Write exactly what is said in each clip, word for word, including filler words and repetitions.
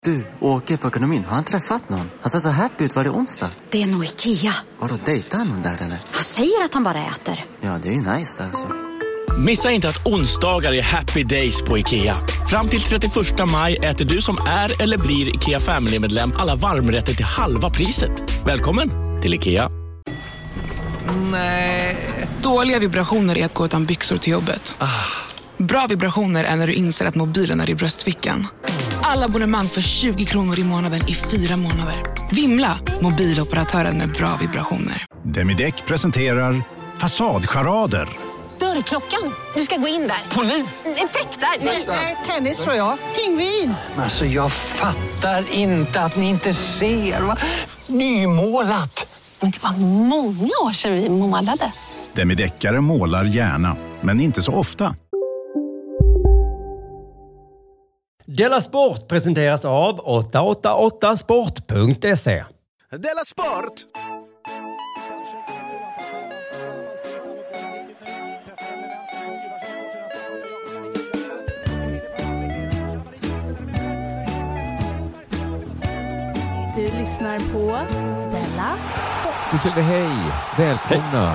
Du, åker på ekonomin. Har han träffat någon? Han ser så happy ut. Var det onsdag? Det är nog Ikea. Har du dejtat någon där eller? Han säger att han bara äter. Ja, det är ju nice alltså. Missa inte att onsdagar är happy days på Ikea. Fram till trettioförsta maj äter du som är eller blir Ikea Family-medlem alla varmrätter till halva priset. Välkommen till Ikea. Nej. Dåliga vibrationer är att gå utan byxor till jobbet. Ah. Bra vibrationer är när du inser att mobilen är i bröstfickan. Alla abonnemang för tjugo kronor i månaden i fyra månader. Vimla, mobiloperatören med bra vibrationer. Demideck presenterar Fasadcharader. Dörrklockan, du ska gå in där. Polis? Effektar? Nej, tennis tror jag. Pingvin. Alltså jag fattar inte att ni inte ser. Va? Nymålat. Men det var många år sedan vi målade. Demideckare målar gärna, men inte så ofta. Della Sport presenteras av åtta åtta åtta sport punkt se. Della Sport! Du lyssnar på Della Sport. Du säger vi hej, välkomna.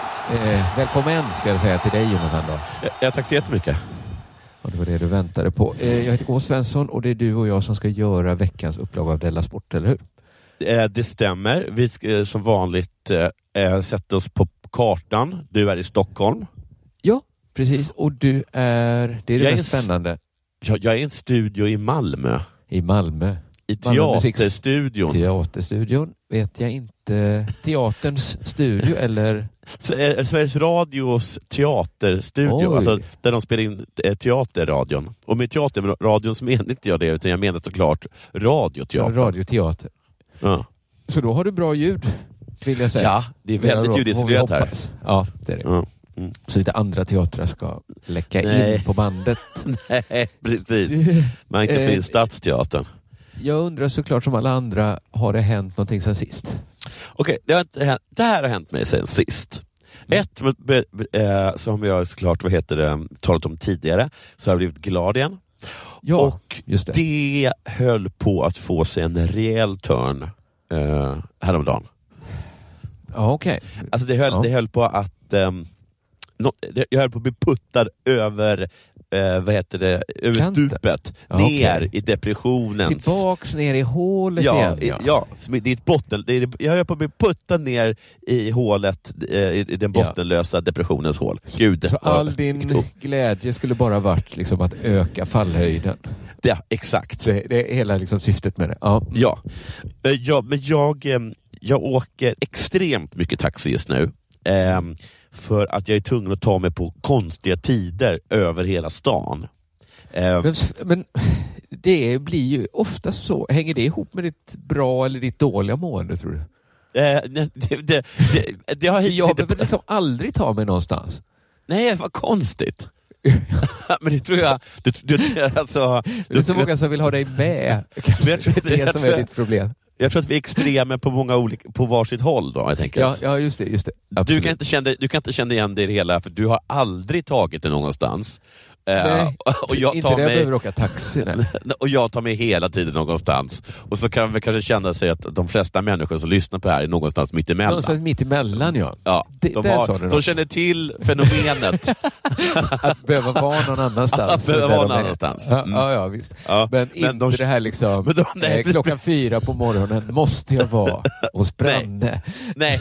Eh, välkommen ska jag säga till dig, Jonathan då. Ja, tack så jättemycket. Och det var det du väntade på. Eh, jag heter Gås Svensson och det är du och jag som ska göra veckans upplag av Della Sport, eller hur? Eh, det stämmer. Vi ska som vanligt eh, sätta oss på kartan. Du är i Stockholm. Ja, precis. Och du är... Det är det jag mest är spännande. Jag, jag är i en studio i Malmö. I Malmö. I teaterstudion. Teaterstudion vet jag inte. Teaterns studio eller... Sveriges Radios teaterstudio. Alltså, där de spelar in teaterradion. Och med teaterradion så menar inte jag det, utan jag menar såklart radioteater. Ja, radioteater. Ja. Så då har du bra ljud, vill jag säga. Ja, det är väldigt ljudisolerat här. Ja, det är det. Ja. Mm. Så inte andra teatrar ska läcka Nej. in på bandet. Nej, precis. Man inte får in Stadsteatern. Jag undrar såklart som alla andra, har det hänt någonting sen sist? Okej, okay, det, det här har hänt mig sen sist. Mm. Ett, be, be, eh, som jag såklart, vad heter det, talat om tidigare, så har jag blivit glad igen. Ja, och just det. det höll på att få sig en rejäl törn eh, häromdagen. Ja, okej. Okay. Alltså det höll, ja. det höll på att eh, no, det, jag höll på att bli puttad över eh, vad heter det, över Kanten. stupet, Ja, ner okay. i depressionen. Tillbaks ner i hålet ja, igen. Ja, ja. Det är ett botten, det är, jag höll på att bli puttad ner i hålet, eh, i den bottenlösa ja. depressionens hål. Gud. Så all din glädje skulle bara varit liksom att öka fallhöjden. Ja, exakt. Det, det är hela liksom syftet med det. Ja, ja. ja men jag, jag åker extremt mycket taxi just nu. Eh, för att jag är tvungen att ta mig på konstiga tider över hela stan. Eh, men, men det blir ju ofta så. Hänger det ihop med ditt bra eller ditt dåliga mående, tror du? Eh, det, det, det, det, det har jag behöver på... liksom aldrig ta mig någonstans. Nej, vad konstigt. Men det tror jag... Du, du, alltså, det är så många som vill ha dig med. Kanske jag tror, det är det som är jag, ditt problem. Jag tror att vi är extrema på många olika, på varsitt håll då, jag tänker. Ja, ja just det, just det. Du kan inte känna, du kan inte känna igen det i det hela, för du har aldrig tagit det någonstans. Nej, uh, och jag inte tar det jag mig, behöver åka taxi. Nej. Och jag tar mig hela tiden någonstans. Och så kan vi kanske känna sig att de flesta människor som lyssnar på det här är någonstans mitt emellan. Någonstans mitt emellan, ja. ja det, de, har, de känner till fenomenet. Att behöva vara någon annanstans. Att behöva vara någon annanstans. Mm. Ja, ja, visst. Ja, men, men inte de, det här liksom, men de, nej, eh, klockan fyra på morgonen måste jag vara hos Branne. Nej.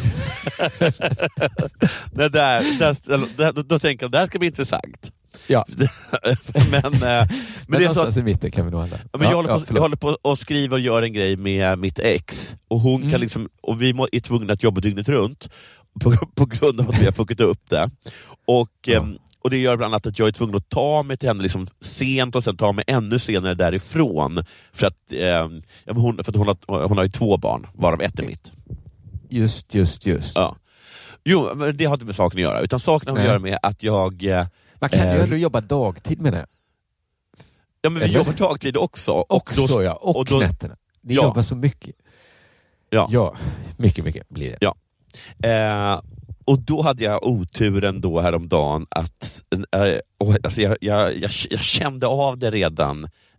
nej. där, där, där, då, då tänker jag, det här ska bli intressant. Ja. men men, men det är så att, i mitten kan vi nog handla. Men jag, ja, håller på, ja, jag håller på att skriva och göra en grej med mitt ex. Och hon mm. kan liksom, och vi är tvungna att jobba dygnet runt på, på grund av att vi har fuckat upp det. Och, ja. um, och det gör bland annat att jag är tvungen att ta mig till henne liksom sent och sen ta mig ännu senare därifrån. För att, um, hon, för att hon, har, hon har ju två barn, varav ett är mitt. Just, just, just. Ja. Jo, men det har inte med saken att göra. Utan saken har Nej. att göra med att jag... Man kan ju ändå jobba dagtid med det. Ja, men vi Eller? jobbar dagtid också. Och också, då, ja. Och, och då, nätterna. Ni ja. jobbar så mycket. Ja. Ja, mycket, mycket blir det. Ja. Eh, och då hade jag oturen då häromdagen att... Eh, och, alltså jag, jag, jag, jag kände av det redan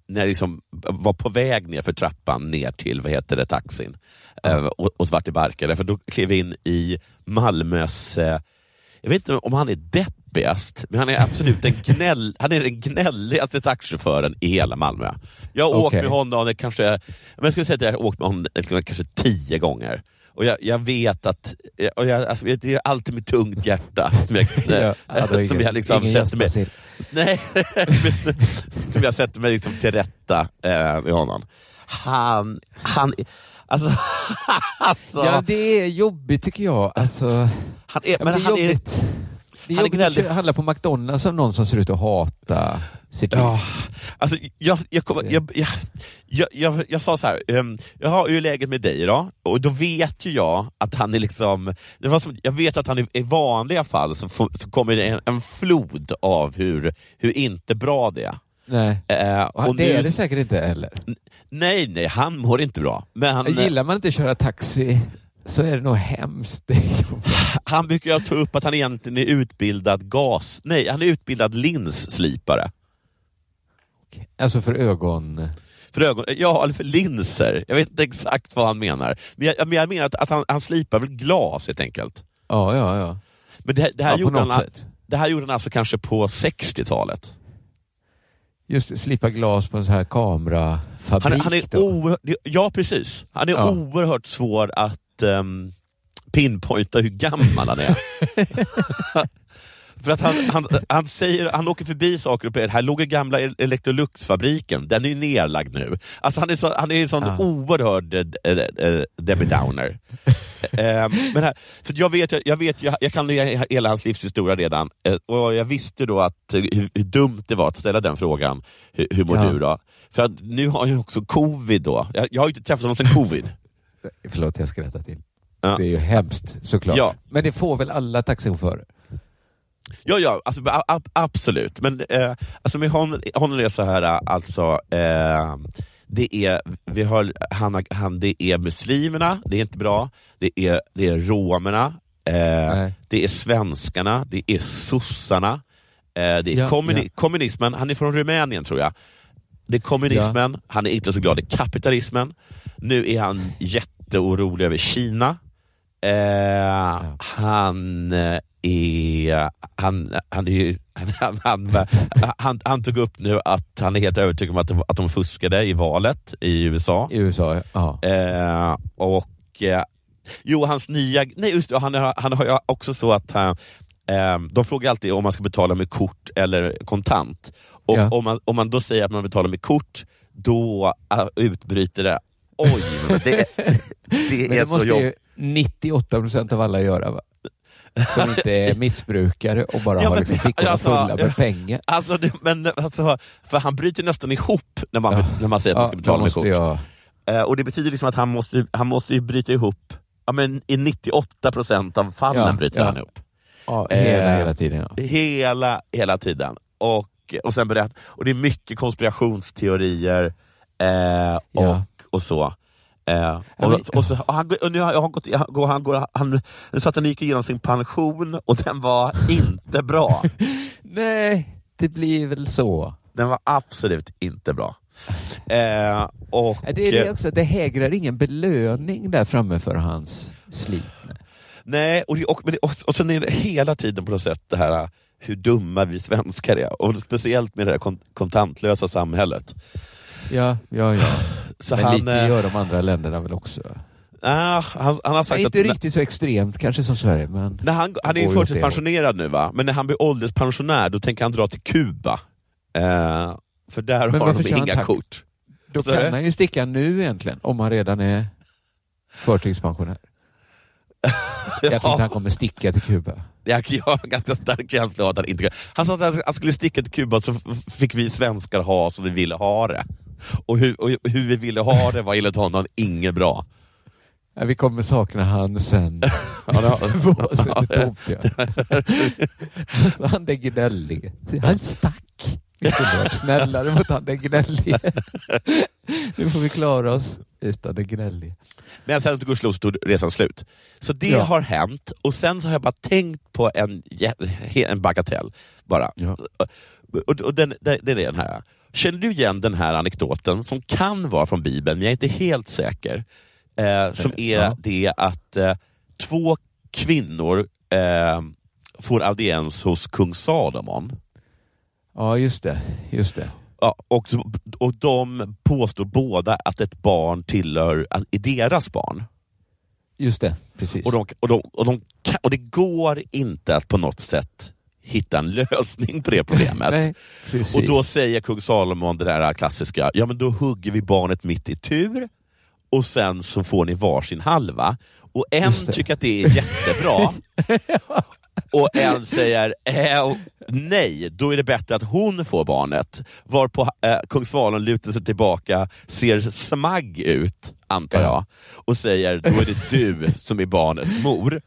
när jag liksom var på väg ner för trappan ner till, vad heter det, taxin eh, och, och Svarte Barkare, för då klev vi in i Malmös eh, jag vet inte om han är deppigast, men han är absolut en gnäll, han är den gnälligaste taxichauffören i hela Malmö. Jag har okay. åkt med honom det kanske, men jag skulle säga att jag har åkt med honom kanske tio gånger. Och jag, jag vet att och jag, alltså, det är alltid med tungt hjärta som jag, ja, som ingen, jag liksom sätter mig nej, som jag sätter mig liksom till rätta eh, med honom. Han, han alltså, alltså ja, det är jobbigt tycker jag. Alltså, han är, ja, men det är han jobbigt. är Det är jobbigt att handla på McDonalds som någon som ser ut att hata sitt liv. Ja, alltså jag, jag, kom, jag, jag, jag, jag, jag sa så här, um, jag har ju läget med dig då, och då vet ju jag att han är liksom, det var som, jag vet att han är, i vanliga fall så, får, så kommer det en, en flod av hur, hur inte bra det är. Nej, uh, och, och det nu, är det säkert inte heller. N- nej, nej, han mår inte bra. Men han, gillar man inte att köra taxi så är det nog hemskt. Han brukar jag ta upp att han egentligen är utbildad gas... Nej, han är utbildad linsslipare. Okay. Alltså för ögon... För ögon, ja, eller för linser. Jag vet inte exakt vad han menar. Men jag, men jag menar att, att han, han slipar väl glas helt enkelt. Ja, ja, ja. Men det, det, här, ja, gjorde han, sätt. det här gjorde han alltså kanske på sextiotalet. Just slipa glas på en sån här kamerafabrik. Han, han är oerhört, ja, precis. Han är ja. oerhört svår att um, pinpointa hur gammal han är. För att han, han, han säger, han åker förbi saker och på det. Här låg gamla Electrolux-fabriken. Den är ju nerlagd nu. Alltså han är så, han är en sån ja. oerhörd äh, äh, Debbie Downer. äh, men här, så jag vet, jag vet, jag, jag kan hela hans livshistoria redan. Äh, och jag visste då att hur, hur dumt det var att ställa den frågan. Hur, hur mår ja. du då? För att nu har jag också covid då. Jag, jag har ju inte träffat honom sedan covid. Förlåt, jag ska rätta till. Ja. Det är ju hemskt, såklart. Ja. Men det får väl alla taxichaufförer? Ja, ja, alltså, a- absolut. Men eh, alltså med honom, honom är det så här, alltså eh, det är, vi har, han, han, det är muslimerna, det är inte bra. Det är, det är romerna, eh, det är svenskarna, det är sossarna, eh, det är ja, kommuni- ja. kommunismen. Han är från Rumänien tror jag. Det är kommunismen, ja. han är inte så glad i kapitalismen. Nu är han jätteorolig över Kina. Eh, ja. Han är han, han, är, han, han, han, han tog upp nu att han är helt övertygad om att de, att de fuskade i valet i U S A. I U S A, ja. Eh, och eh, jo, hans nya, nej just det, han, han har ju också så att han, eh, de frågar alltid om man ska betala med kort eller kontant. Och ja. om, man, om man då säger att man betalar med kort, då uh, utbryter det. Oj, det, det, det är så jobbigt. nittioåtta procent av alla göra, va? Som inte är missbrukare och bara ja, har liksom fickorna alltså, fulla med pengar. Alltså, det, men, alltså, för han bryter nästan ihop när man, ja. när man säger att man ska betala ja, med kort. Jag... Uh, och det betyder liksom att han måste, han måste ju bryta ihop. Ja, men i nittioåtta procent av fallen ja, bryter ja. han ihop. Ja, hela, uh, hela tiden. Ja. Hela, hela tiden. Och, och sen berätt, och det är mycket konspirationsteorier uh, och, ja. och så. Uh, och, och, och, så, och han, och nu har han gått, han, han går, han, så att han gick igenom sin pension och den var inte bra. Nej, det blir väl så. Den var absolut inte bra. Uh, och, det är det också, det hägrar ingen belöning där framme för hans slit. Nej, och, och, och, och sen är det hela tiden på något sätt det här hur dumma vi svenskar är. Och speciellt med det här kont- kontantlösa samhället. Ja, ja, ja. Så men han, lite gör de andra länderna väl också. Ah, han, han har sagt inte att, riktigt så extremt kanske som Sverige, men när han, han är ju förtidspensionerad nu, va? Men när han blir ålderspensionär då tänker han dra till Kuba. Eh, för där men har de inga tack? kort. Då så kan det? han ju sticka nu egentligen, om han redan är förtidspensionär. Jag ja. tänkte han kommer sticka till Kuba. Jag, jag har ganska stark känsla av att han inte kan. Han sa att han skulle sticka till Kuba, så fick vi svenskar ha som vi ville ha det. Och hur, och hur vi ville ha det var enligt honom inget bra. Ja, vi kommer sakna han sen. Ja, det var han den gnällige. Han stack. Vi skulle vara snällare mot han den gnällige. Nu får vi klara oss utan den gnällige. Men sen till Gudskelov stod resan slut. Så det ja. har hänt. Och sen så har jag bara tänkt på en, en bagatell. Bara. Ja. Och, och den, den, den är den här. Känner du igen den här anekdoten som kan vara från Bibeln, men jag är inte helt säker. Eh, som är ja. det att eh, två kvinnor eh, får audiens hos kung Salomon. Ja, just det. Just det. Ja, och, och de påstår båda att ett barn tillhör är deras barn. Just det, precis. Och, de, och, de, och, de, och det går inte att på något sätt hitta en lösning på det problemet. Nej, och då säger kung Salomon det där klassiska, ja men då hugger vi barnet mitt i tur och sen så får ni varsin halva. Och en tycker att det är jättebra och en säger äh, nej, då är det bättre att hon får barnet. Varpå äh, kung Salomon lutar sig tillbaka, ser smagg ut, antar jag, och säger, då är det du som är barnets mor.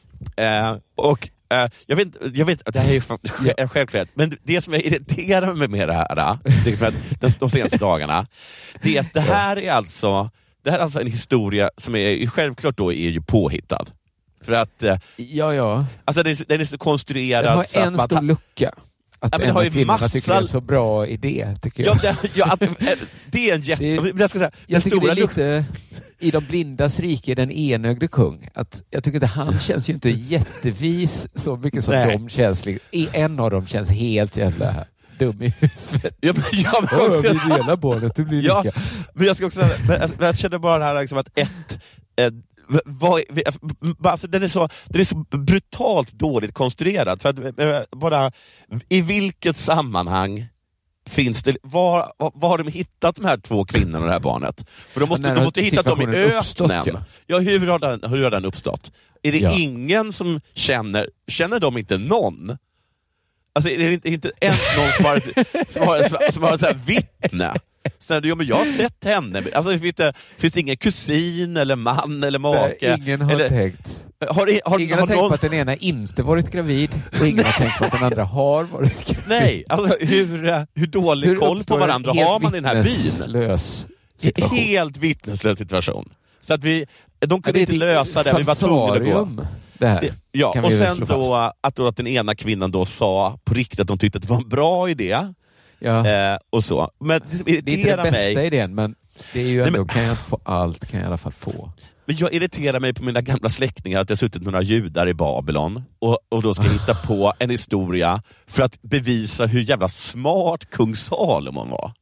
Äh, och äh, jag vet, jag vet att det här är självklart, men det som jag irriterar mig med det här det, de senaste dagarna, det är att det här är alltså det här är alltså en historia som är självklart då är ju påhittad. För att ja, ja. Alltså den är, den är så konstruerad. Den har så en att stor man, lucka. Att ja, en har av kvinnorna massa... tycker det är så bra idé, tycker jag. Ja, det, ja, att, det är en jätte... Det, jag ska säga, jag tycker stora det är lite... I de blindas rike, den enögde kung. Att jag tycker att han känns ju inte jättevis så mycket som Nej. de känns. En av dem känns helt jävla dum i huvudet. Ja, men, ja, men också, oh, vi delar barnet, det blir ja, lika. Men jag ska också säga, men, jag, jag känner bara det här liksom att ett... ett Vad, alltså den, är så, den är så brutalt dåligt konstruerad för att bara i vilket sammanhang finns det, var, var har de hittat de här två kvinnorna och det här barnet? För de måste, de måste hitta dem i öknen. Ja. Ja, hur har den, hur har den uppstått? Är det ja. ingen som känner, känner de inte någon? Alltså är det inte, inte ens någon som har ett, som har ett, som har ett så här vittne? Sen, ja, men jag har sett henne. Alltså, finns, det, finns det ingen kusin eller man eller make? Nej, ingen har eller, tänkt. Har, har, ingen har, har tänkt någon... på att den ena inte varit gravid och ingen har tänkt på att den andra har varit gravid. Nej, alltså hur, hur dålig hur koll på varandra har man i den här byn? Situation. Helt vittneslös situation. Så att vi, de kunde inte lösa det, vi var tvungna att gå. Det här. Det, ja, kan och vi sen då att, då att den ena kvinnan då sa på riktigt att de tyckte att det var en bra idé. Ja. Eh, och så. Men det, det är inte den bästa mig. idén, men det är ju ändå, Nej, men... kan jag inte få allt, kan jag i alla fall få. Men jag irriterar mig på mina gamla släktingar att jag suttit några judar i Babylon och, och då ska hitta på en historia för att bevisa hur jävla smart kung Salomon var.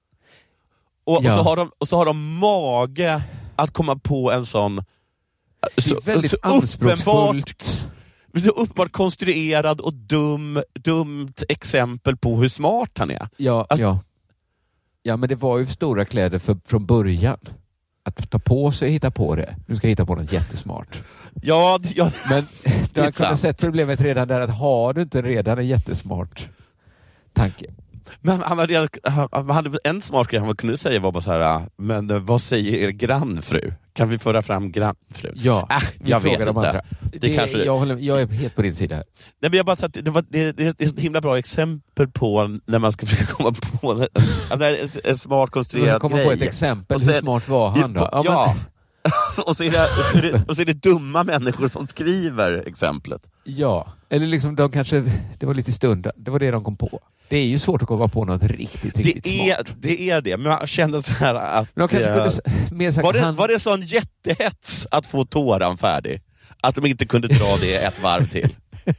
Och, ja. och, så, har de, och så har de mage att komma på en sån så, det är väldigt så anspråksfullt. Så uppenbart konstruerad och dum, dumt exempel på hur smart han är. Ja, alltså, ja. ja, men det var ju stora kläder för, från början. Att ta på sig och hitta på det. Nu ska jag hitta på något jättesmart. Ja, ja. Men du har kunnat sett problemet redan där att har du inte redan en jättesmart tanke. Men han hade, han hade en smart grej han kunde säga var bara så här, men vad säger er grannfru? Kan vi föra fram grannfru? Ja, äh, jag vet inte. De det det, kanske... jag, håller, jag är helt på din sida. Nej, men jag bara, det, var, det, det är ett himla bra exempel på när man ska försöka komma på en, en, en smart konstruerad komma grej. Komma på ett exempel, sen, hur smart var han då? Ja, ja. Men... och, så är det, så är det, och så är det dumma människor som skriver exemplet. Ja, eller liksom de kanske, det var lite stund, det var det de kom på. Det är ju svårt att komma på något riktigt, riktigt det är, smart. Det är det, men man kände så här att... De kanske äh, mer sagt, var, det, han... var det sån jättehets att få tåran färdig? Att de inte kunde dra det ett varv till?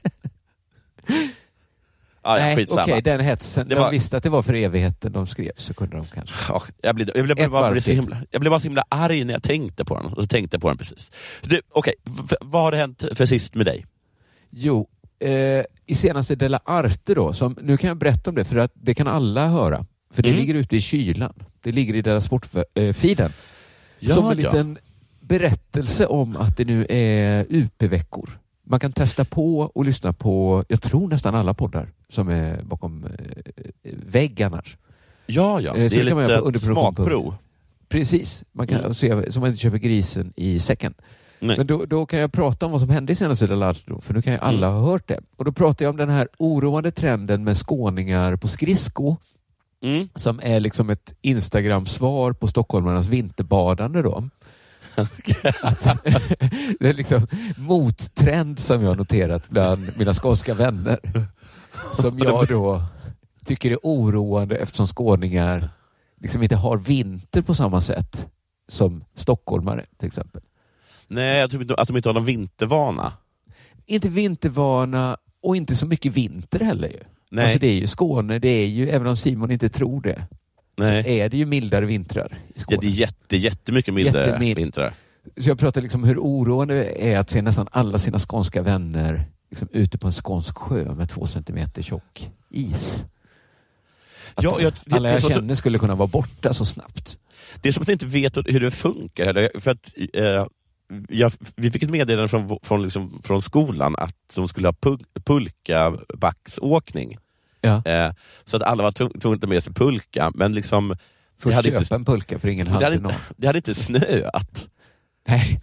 Ah, Nej, ja, okej, okay, den hetsen. Det de var... visste att det var för evigheten de skrev, så kunde de kanske... Oh, jag, blev, jag, blev, jag, blev bara så himla, jag blev bara så himla arg när jag tänkte på den. Och så tänkte jag på den precis. Okej, okay, v- vad har det hänt för sist med dig? Jo, eh, i senaste Della Arte då, som, nu kan jag berätta om det för att det kan alla höra. För det mm. ligger ute i kylan. Det ligger i deras sportfeeden. Ja, som en ja. liten berättelse om att det nu är U P-veckor. Man kan testa på och lyssna på, jag tror nästan alla poddar som är bakom eh, väggarna. Ja, ja. Eh, det är lite smakprov. Precis. Man kan mm. se, så man inte köper grisen i säcken. Nej. Men då, då kan jag prata om vad som hände i senaste Della Arte då, för nu kan ju alla mm. ha hört det. Och då pratar jag om den här oroande trenden med skåningar på skridsko. Mm. Som är liksom ett Instagram-svar på stockholmarnas vinterbadande då. Att, det är liksom mottrend som jag har noterat bland mina skånska vänner. Som jag då tycker det är oroande eftersom skåningar liksom inte har vinter på samma sätt som stockholmare till exempel. Nej, jag tror inte att de inte har någon vintervana. Inte vintervana och inte så mycket vinter heller ju. Nej. Alltså det är ju Skåne, det är ju, även om Simon inte tror det, Nej. så är det ju mildare vintrar i Skåne. Ja, det är jätte, jättemycket mildare Jättemild. vintrar. Så jag pratar liksom hur oroande det är att se nästan alla sina skånska vänner liksom ute på en skånsk sjö med två centimeter tjock is. Att ja, jag, det, alla jag det känner du, skulle kunna vara borta så snabbt. Det är som att jag inte vet hur det funkar. För att, eh, jag, vi fick ett meddelande från, från, liksom, från skolan att de skulle ha pul, pulkabacksåkning. Ja. Eh, så att alla var tvungna att ta med sig pulka. Men liksom, För det hade köpa inte, en pulka för ingen det hade, hade någon. Det hade inte snöat. Nej.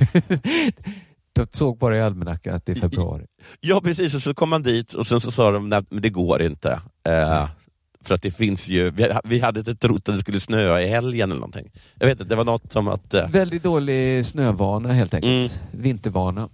De såg bara i almanackan att det är februari. Ja, precis. Och så kom man dit och sen så sa de att det går inte. Eh, för att det finns ju... Vi, vi hade inte trott att det skulle snöa i helgen eller någonting. Jag vet inte, det var något som att... Eh... Väldigt dålig snövana helt enkelt. Mm. Vintervana.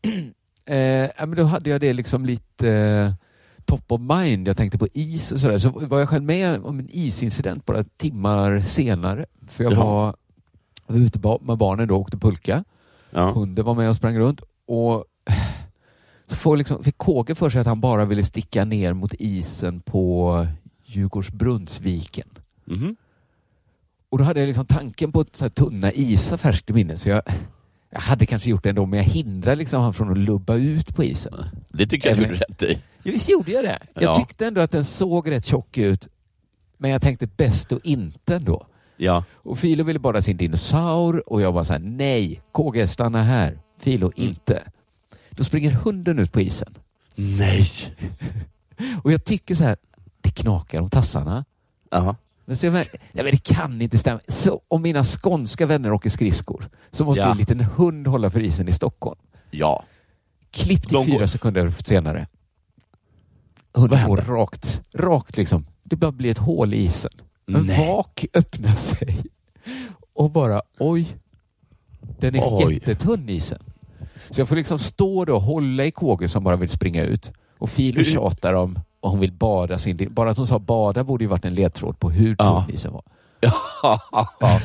eh, men då hade jag det liksom lite eh, top of mind. Jag tänkte på is och sådär. Så var jag själv med om en isincident bara timmar senare. För jag var, var ute med barnen då och åkte pulka. Ja. Hunden var med och sprang runt och så får liksom, fick Kåge för sig att han bara ville sticka ner mot isen på Djurgårdsbrunnsviken. Mm-hmm. Och då hade jag liksom tanken på så här tunna isar färskt i minne, så jag, jag hade kanske gjort det ändå, men jag hindrade liksom han från att lubba ut på isen. Det tycker jag du gjorde rätt i. Ja, visst gjorde jag det. Jag ja. tyckte ändå att den såg rätt tjock ut, men jag tänkte bäst och inte ändå. Ja. Och Filo ville bada sin dinosaur och jag var så här: nej, K G stanna här. Filo mm. inte. Då springer hunden ut på isen. Nej. Och jag tycker så här, det knakar om tassarna. Ja. Men, så jag, nej, men det kan inte stämma. Så om mina skånska vänner åker skridskor så måste ja. en liten hund hålla för isen i Stockholm. Ja. Klipp till fyra går... sekunder senare. Hunden går rakt, rakt liksom. Det bara blir ett hål i isen. En Nej. vak öppnar sig och bara, oj, den är oj. jättetunn isen. Så jag får liksom stå då och hålla i Kåge som bara vill springa ut. Och Filo tjatar om och hon vill bada sin... Bara att hon sa bada borde ju varit en ledtråd på hur tunn ja. isen var. Ja,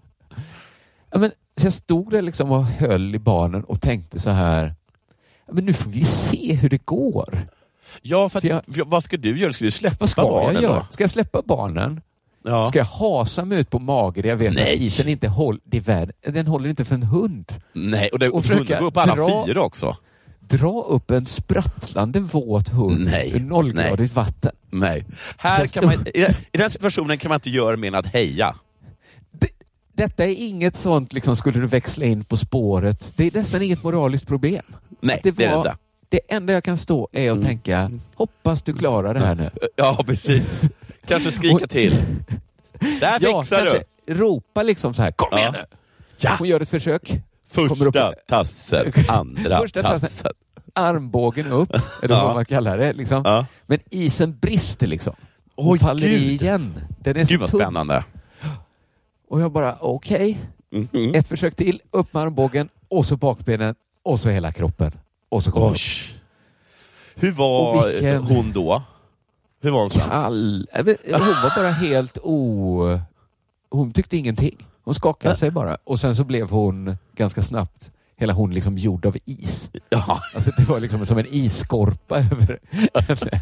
men, så jag stod där liksom och höll i barnen och tänkte så här, men nu får vi se hur det går. Ja, för, att, för jag, vad ska du göra? Ska du släppa vad ska barnen jag göra? då? Ska jag släppa barnen? Ja. Ska jag hasa mig ut på magen? Jag vet Nej. att isen inte håller, det är värd, den håller inte för en hund. Nej, och, det, och hunden går upp alla dra, fyra också. Dra upp en sprattlande våt hund Nej. ur nollgradigt vatten. Nej. Här kan man, i, I den situationen kan man inte göra mer än att heja. Det, detta är inget sånt, liksom, skulle du växla in på spåret. Det är nästan inget moraliskt problem. Nej, det, var, det är det inte. Det enda jag kan stå är att mm. tänka, hoppas du klarar det här nu. Ja, precis. Kanske skrika till. Där ja, fixar du. Ropa liksom så här, kom ja. igen nu. Ja. Hon gör ett försök. Första tassen, andra Första tassen. tassen. Armbågen upp, eller ja. vad man kallar det. Liksom. Ja. Men isen brister liksom. Hon Oj, faller Gud. igen. Den är Gud vad tung. spännande. Och jag bara, okej. Okay. Mm-hmm. Ett försök till, upp med armbågen, och så bakbenen, och så hela kroppen. Och så kommer Hur var vilken... hon då? Hur var hon sen? Kall. Hon var bara helt o... Hon tyckte ingenting. Hon skakade Ä? sig bara. Och sen så blev hon ganska snabbt, hela hon liksom gjord av is. Ja. Alltså det var liksom som en isskorpa över henne.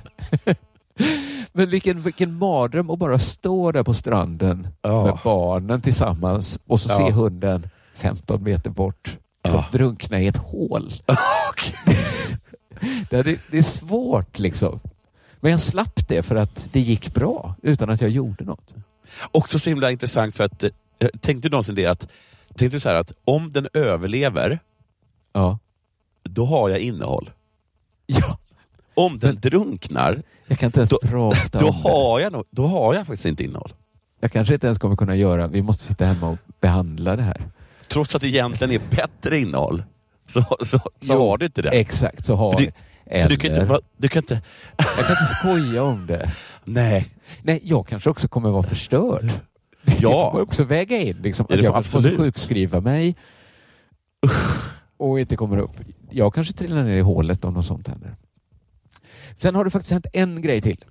Men vilken, vilken mardröm att bara stå där på stranden ja. med barnen tillsammans och så ja. se hunden femton meter bort så ja. drunkna i ett hål. det, är, det är svårt liksom. Men jag slapp det för att det gick bra utan att jag gjorde något. Också så himla intressant för att tänkte någonsin det att tänkte så här att om den överlever ja. då har jag innehåll. Ja. Om den drunknar jag kan inte ens då, prata då om har jag no, då har jag faktiskt inte innehåll. Jag kanske inte ens kommer kunna göra. Vi måste sitta hemma och behandla det här. Trots att det egentligen är bättre innehåll så, så, så jo, har du inte det. Exakt, så har för du, för du, kan inte, du kan inte... Jag kan inte skoja om det. Nej. Nej, jag kanske också kommer vara förstörd. Ja. Jag får också väga in liksom, att jag får sjukskriva mig och inte kommer upp. Jag kanske trillar ner i hålet om något sånt händer. Sen har det faktiskt hänt en grej till.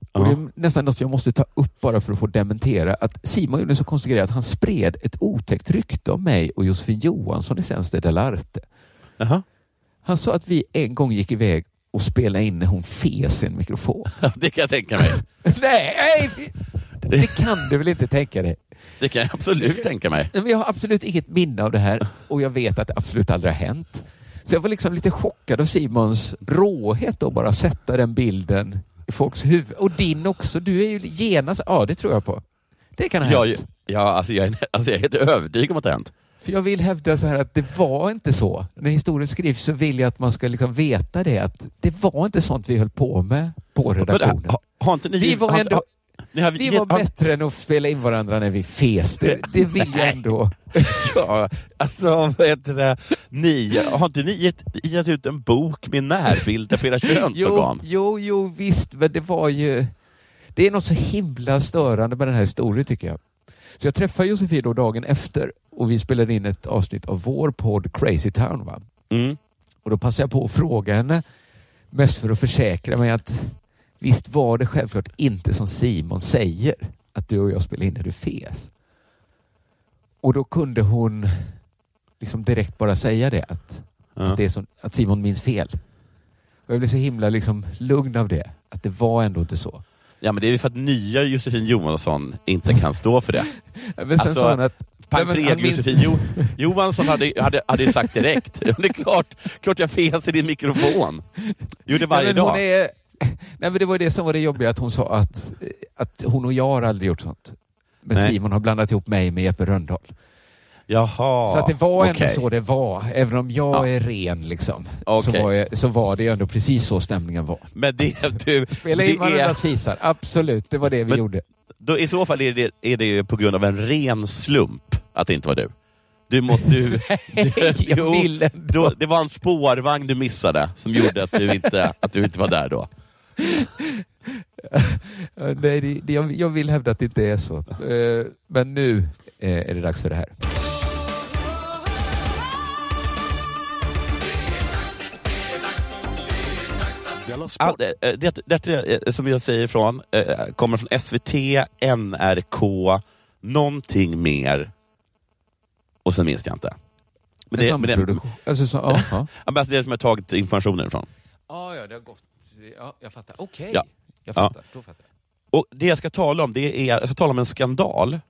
Och det är nästan något jag måste ta upp bara för att få dementera. Att Simon gjorde så konstig grej att han spred ett otäckt rykte om mig och Josefin Johansson i Senste Delarte. Uh-huh. Han sa att vi en gång gick iväg och spelade in när hon fes i en mikrofon. Det kan jag tänka mig. Nej, det kan du väl inte tänka dig? Det kan jag absolut tänka mig. Men jag har absolut inget minne av det här och jag vet att det absolut aldrig har hänt. Så jag var liksom lite chockad av Simons råhet att bara sätta den bilden i folks huvud. Och din också. Du är ju genast... Ja, det tror jag på. Det kan ha ja, hänt. Ja, alltså jag, är, alltså jag är helt övertygad om att det har hänt. För jag vill hävda så här att det var inte så. När historien skrivs så vill jag att man ska liksom veta det. Att det var inte sånt vi höll på med på redaktionen. Ha, har inte ni, vi var, har, ändå, har, ni har, vi var har, bättre än att spela in varandra när vi fes. Det, det vill jag ändå. Ja, alltså vad heter det? Ni, har inte ni gett, gett ut en bok med närbilder på era könsorgan? Jo, jo, visst. Men det var ju... Det är något så himla störande med den här historien tycker jag. Så jag träffade Josefin då dagen efter och vi spelade in ett avsnitt av vår podd Crazy Town, va? Mm. Och då passade jag på att fråga henne mest för att försäkra mig att visst var det självklart inte som Simon säger att du och jag spelade in när du fes. Och då kunde hon liksom direkt bara säga det att, ja. att, det är som, att Simon minns fel. Och jag blev så himla liksom lugn av det. Att det var ändå inte så. Ja, men det är för att nya Josefin Johansson inte kan stå för det. Men sen alltså, sa han att... Pangpred minns... Josefin jo, Johansson hade, hade, hade sagt direkt. Det är klart, klart jag fes i din mikrofon. Gjorde varje nej, dag. Är... Nej, men det var det som var det jobbiga, att hon sa att, att hon och jag har aldrig gjort sånt. Men nej. Simon har blandat ihop mig med Jeppe Rönndahl. Jaha. Så att det var ändå okay. så det var. Även om jag ja. är ren liksom. Okay. Så, var jag, så var det ändå precis så stämningen var. Men det, du, Spela in varandras är... fisar. Absolut, det var det vi men, gjorde. Då, i så fall är det, är det ju på grund av en ren slump att det inte var du. Du måste... Du, Nej, du, jag vill ändå. Då, det var en spårvagn du missade som gjorde att du inte, att du inte var där då. Nej, det, det, jag, jag vill hävda att det inte är så. Uh, men nu uh, är det dags för det här. All, det, det, det som jag säger ifrån eh, kommer från S V T, N R K, någonting mer och sen minns jag inte. Men det, men det, alltså, så, ja, ja. alltså, det är som jag har tagit informationen ifrån. Ah, ja, det har gått. Ja, jag fattar. Okej. Okay. Ja. Jag fattar. Ja. Då fattar jag. Och det jag ska tala om, det är, jag ska tala om en skandal.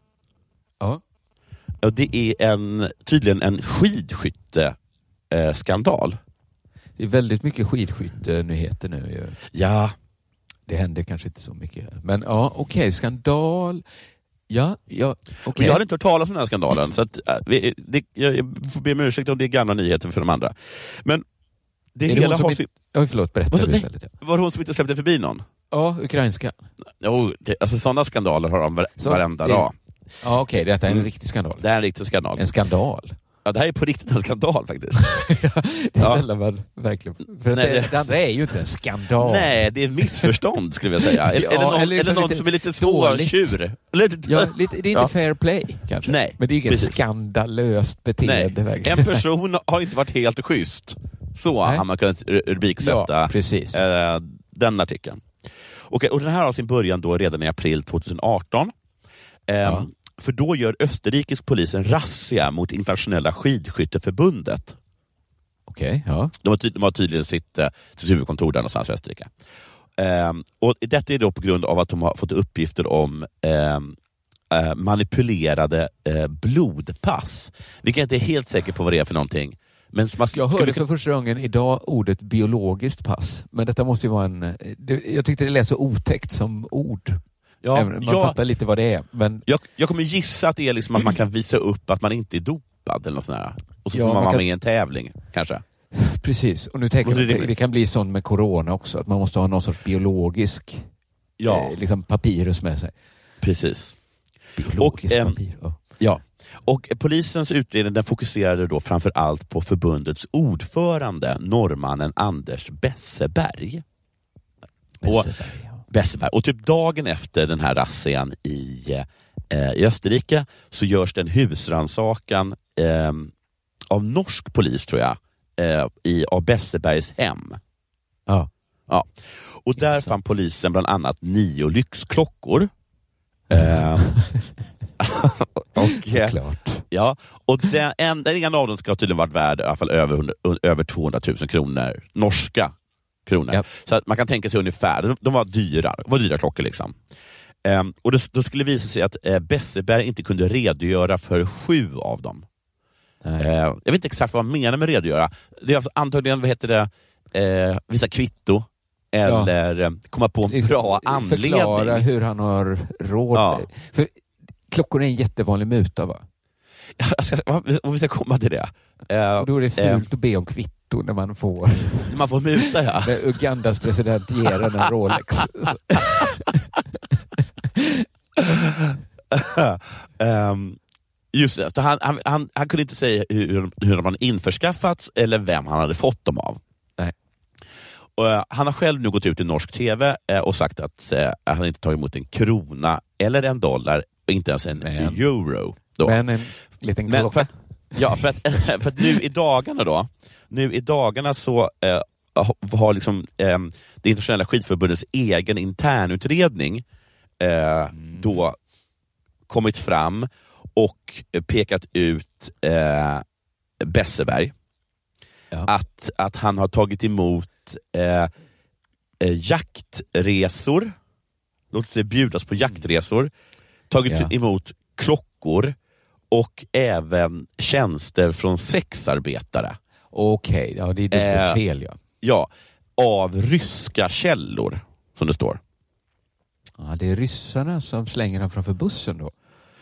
Ja. Och det är en, tydligen en skidskytte eh, skandal. Det är väldigt mycket skidskyttenyheter nu. Ja. Det händer kanske inte så mycket. Men ja, okej, okay, skandal. Ja, ja, okay. Jag har inte hört talas om den här skandalen. Så att, äh, vi, det, jag får be om ursäkt om det är gamla nyheter för de andra. Men det är hela det har... Inte... Oj, förlåt, berätta var, så, nej, ja. var det hon som inte släppte förbi någon? Ja, ukrainska. Jo, det, alltså sådana skandaler har de var, så, varenda det, dag. Ja, okej, okay, detta är en mm. riktig skandal. Det är en riktig skandal. En skandal. Ja, det här är på riktigt en skandal faktiskt. Ja, det är ja. sällan man verkligen... För Nej, det, det andra är ju inte en skandal. Nej, det är ett missförstånd skulle jag säga. Eller, ja, eller någon, eller liksom eller någon som är lite småtjur. Lite, ja, lite, det är inte ja. fair play kanske. Nej, men det är inget precis. skandalöst beteende. Nej. En person har inte varit helt schysst. Så Nej. har man kunnat rubriksätta ja, precis. Eh, den artikeln. Okej, och den här har sin början då redan i april tjugoarton. Eh, ja. För då gör Österrikes polis en razzia mot internationella skidskytteförbundet. Okej, okay, ja. De har, ty- de har tydligen sitt, eh, sitt huvudkontor där någonstans i Österrike. Eh, och detta är då på grund av att de har fått uppgifter om eh, eh, manipulerade eh, blodpass. Vilket jag inte är helt säker på vad det är för någonting. Men man, jag hörde för första gången idag ordet biologiskt pass. Men detta måste ju vara en... Det, jag tyckte det lät så otäckt som ord. Ja, man jag, fattar lite vad det är. Men... Jag, jag kommer gissa att det är liksom att man kan visa upp att man inte är dopad eller något sånt där. Och så ja, får man, man vara kan... med i en tävling, kanske. Precis, och nu tänker jag att det, det kan bli sånt med corona också. Att man måste ha någon sorts biologisk ja. eh, liksom papyrus med sig. Precis. Biologisk och, papir. Ja. ja. Och polisens utredning den fokuserade då framför allt på förbundets ordförande, norrmannen Anders Besseberg. Besseberg, ja. Besseberg. Och typ dagen efter den här razzian i, eh, i Österrike så görs det en husrannsakan eh, av norsk polis, tror jag, eh, i, av Bessebergs hem. Ja. Ja. Och där fann polisen bland annat nio lyxklockor. eh, och, Såklart. Ja, och den, en, den ena av dem ska tydligen varit värd i alla fall över, hundra, över tvåhundratusen kronor. Norska kronor. Yep. Så att man kan tänka sig ungefär, de, de var dyra. De var dyra klockor liksom. Um, och det, då skulle det visa sig att uh, Besseberg inte kunde redogöra för sju av dem. Uh, jag vet inte exakt vad man menar med redogöra. Det är alltså antagligen, vad heter det, uh, vissa kvitto eller ja. komma på en bra anledning. Förklara hur han har råd. Ja. För klockor är en jättevanlig muta, va? Jag ska, om vi ska komma till det. Uh, då är det fult uh, att be om kvitto när man får man får muta, ja. När Ugandas president ger en Rolex. um, just det, så han, han, han, han kunde inte säga hur, hur de hade införskaffats eller vem han hade fått dem av. Nej. Och, uh, han har själv nu gått ut i norsk tv uh, och sagt att uh, han inte tagit emot en krona eller en dollar och inte ens en Men. euro. Då. Men en liten Men klocka. för att, ja, för att, för att nu i dagarna då, nu i dagarna så uh, har liksom um, det internationella skidförbundets egen internutredning uh, mm. då kommit fram och pekat ut uh, Besseberg. Ja. Att, att han har tagit emot uh, uh, jaktresor, låt sig bjudas på jaktresor, tagit ja. emot klockor och även tjänster från sexarbetare. Okej, okay, ja, det är det eh, fel. Ja. ja, av ryska källor, som det står. Ja, det är ryssarna som slänger han framför bussen då?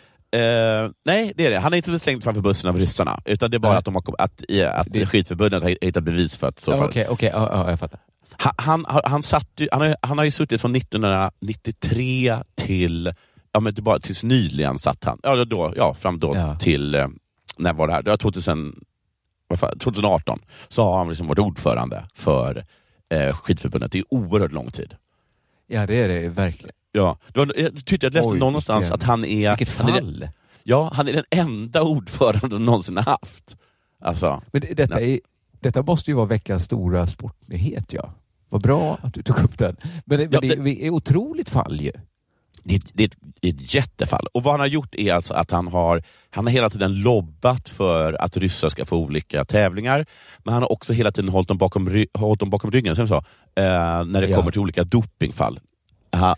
Eh, nej, det är det. Han är inte slängt framför bussen av ryssarna, utan det är bara nej. att, de har, att, att det... skidförbundet har hittat bevis för att så ja, fall. Okej, okay, okay, ja, ja, jag fattar. Han, han, han, satt ju, han, har, han har ju suttit från nittonhundranittiotre till ja, men det bara tills nyligen satt han. Ja, då, ja fram då ja. till eh, när var det här? Det var tvåtusen, tjugoarton så har han liksom varit ordförande för eh, skidförbundet. Det är oerhört lång tid. Ja, det är det verkligen. Ja, då, jag tyckte jag läste Oj, någonstans vilken, att han är vilket fall. Han är, ja, han är den enda ordförande någonsin haft. Alltså, men det, detta, är, detta måste ju vara veckans stora sportnyhet, ja. Vad bra att du tog upp den. Men, men ja, det, det är otroligt fall ju. Det, det är ett, ett jättefall. Och vad han har gjort är alltså att han har han har hela tiden lobbat för att ryssar ska få olika tävlingar. Men han har också hela tiden hållit dem bakom, ry, hållit dem bakom ryggen som så, eh, när det ja. kommer till olika dopingfall. Ha,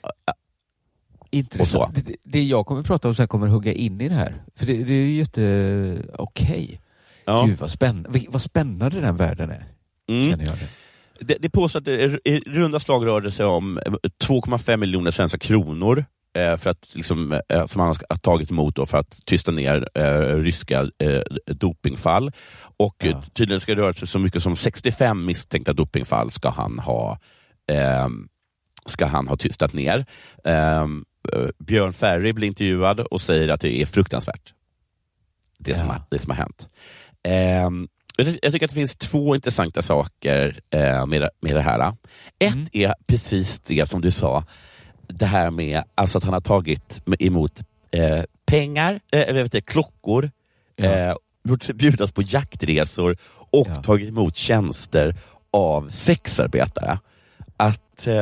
Intressant. Det, det jag kommer att prata om sen kommer att hugga in i det här. För det, det är ju jätte okej. Okay. Ja. Gud vad spännande, vad spännande den världen är. Mm. Känner jag det. Det, det påstår att det i runda slag rör det sig om två komma fem miljoner svenska kronor eh, för att, liksom, eh, som han har tagit emot då för att tysta ner eh, ryska eh, dopingfall. Och ja. tydligen ska det röra sig så mycket som sextiofem misstänkta dopingfall ska han ha eh, ska han ha tystat ner. Eh, Björn Ferry blir intervjuad och säger att det är fruktansvärt. Det, ja. som, har, det som har hänt. Eh, Jag tycker att det finns två intressanta saker eh, med, med det här. Ett mm. är precis det som du sa. Det här med alltså att han har tagit emot eh, pengar, eh, vet inte, klockor, ja. eh, bjudas på jaktresor och ja. tagit emot tjänster av sexarbetare. Att eh,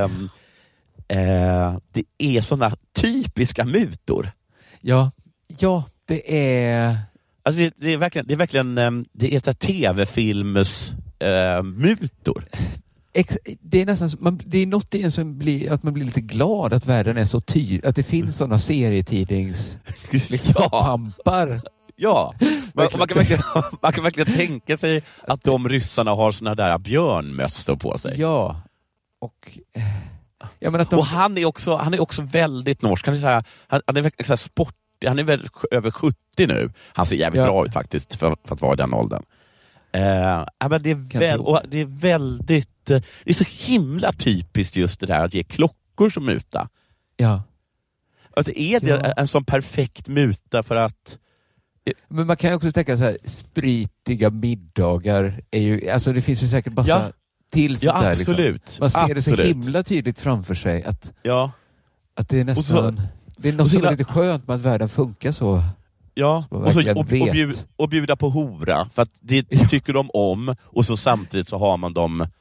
eh, det är sådana typiska mutor. Ja, ja det är... Alltså det, det är verkligen, det är verkligen det är ett tv-films äh, mutor. Ex, det är nästan man, det är något i en som blir att man blir lite glad att världen är så tydlig, att det finns sådana serietidnings liksom, ja. pampar. Ja, man, man, kan verkligen, man kan verkligen tänka sig att de ryssarna har såna där björnmössor på sig. Ja, och ja, men att de... och han är också han är också väldigt norsk. Han är så här, han, han är verkligen så här sport. Han är väl över sjuttio nu. Han ser jävligt ja. bra ut faktiskt för, för att vara i den åldern. Uh, men det, är väl, och det är väldigt det är så himla typiskt just det där att ge klockor som muta. Ja. Alltså är det ja. en sån perfekt muta för att... Men man kan ju också tänka så här, spritiga middagar är ju, alltså det finns ju säkert bara ja. till sånt ja, där. Absolut. Liksom. Man ser absolut. det så himla tydligt framför sig att, ja. att det är nästan... Det är något som är lite skönt med att världen funkar så. Ja, och, så, och, och, bjud, och bjuda på hora. För att det tycker de om. Och så samtidigt så har man dem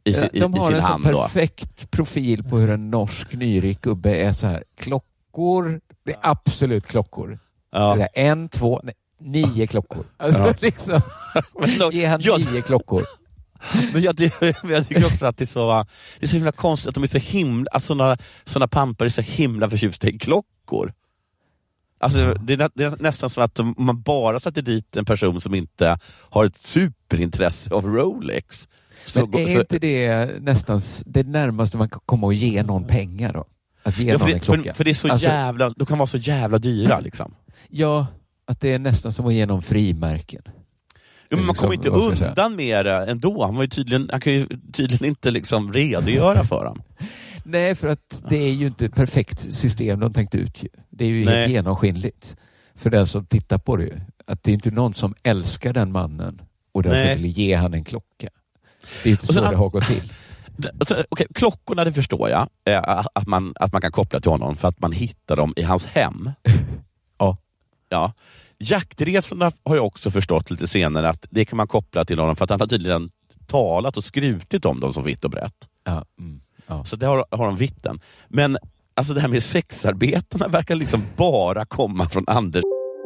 i, sin, De har i sin en hand sån då. perfekt profil på hur en norsk nyrik gubbe är så här. Klockor, det är absolut klockor. Ja. Det är en, två, nej, nio klockor. Alltså Ja. liksom, då, ge han jag, nio klockor. Men jag, det, jag tycker också att det är så, det är så himla konstigt att de är så himla, att såna, såna pampar är så himla förtjusta i klockor. Alltså, det, är, det är nästan som att man bara sätter dit en person som inte har ett superintresse av Rolex. Så, Men är så, inte det nästan det närmaste man kan komma och ge någon pengar då? Att ge ja, någon för, en klocka. för, för det är så alltså, jävla, de kan vara så jävla dyra liksom. Ja, att det är nästan som att ge någon frimärken. Jo, men man kommer liksom, inte undan med det ändå. Han, var ju tydligen, han kan ju tydligen inte liksom redogöra för dem. Nej, för att det är ju inte ett perfekt system de tänkt ut. Det är ju Nej. helt genomskinligt för den som tittar på det ju. Att det är inte någon som älskar den mannen och därför Nej. vill ge han en klocka. Det är inte Och sen så han- det har gått till. Alltså, okay, klockorna, det förstår jag. Eh, att, man, att man kan koppla till honom för att man hittar dem i hans hem. Ja. Ja. Jaktresorna har jag också förstått lite senare att det kan man koppla till honom för att han har tydligen talat och skrutit om dem som vitt och brett. Ja. Mm. Ja. Så det har, har de vitten. Men alltså det här med sexarbetarna verkar liksom bara komma från Anders.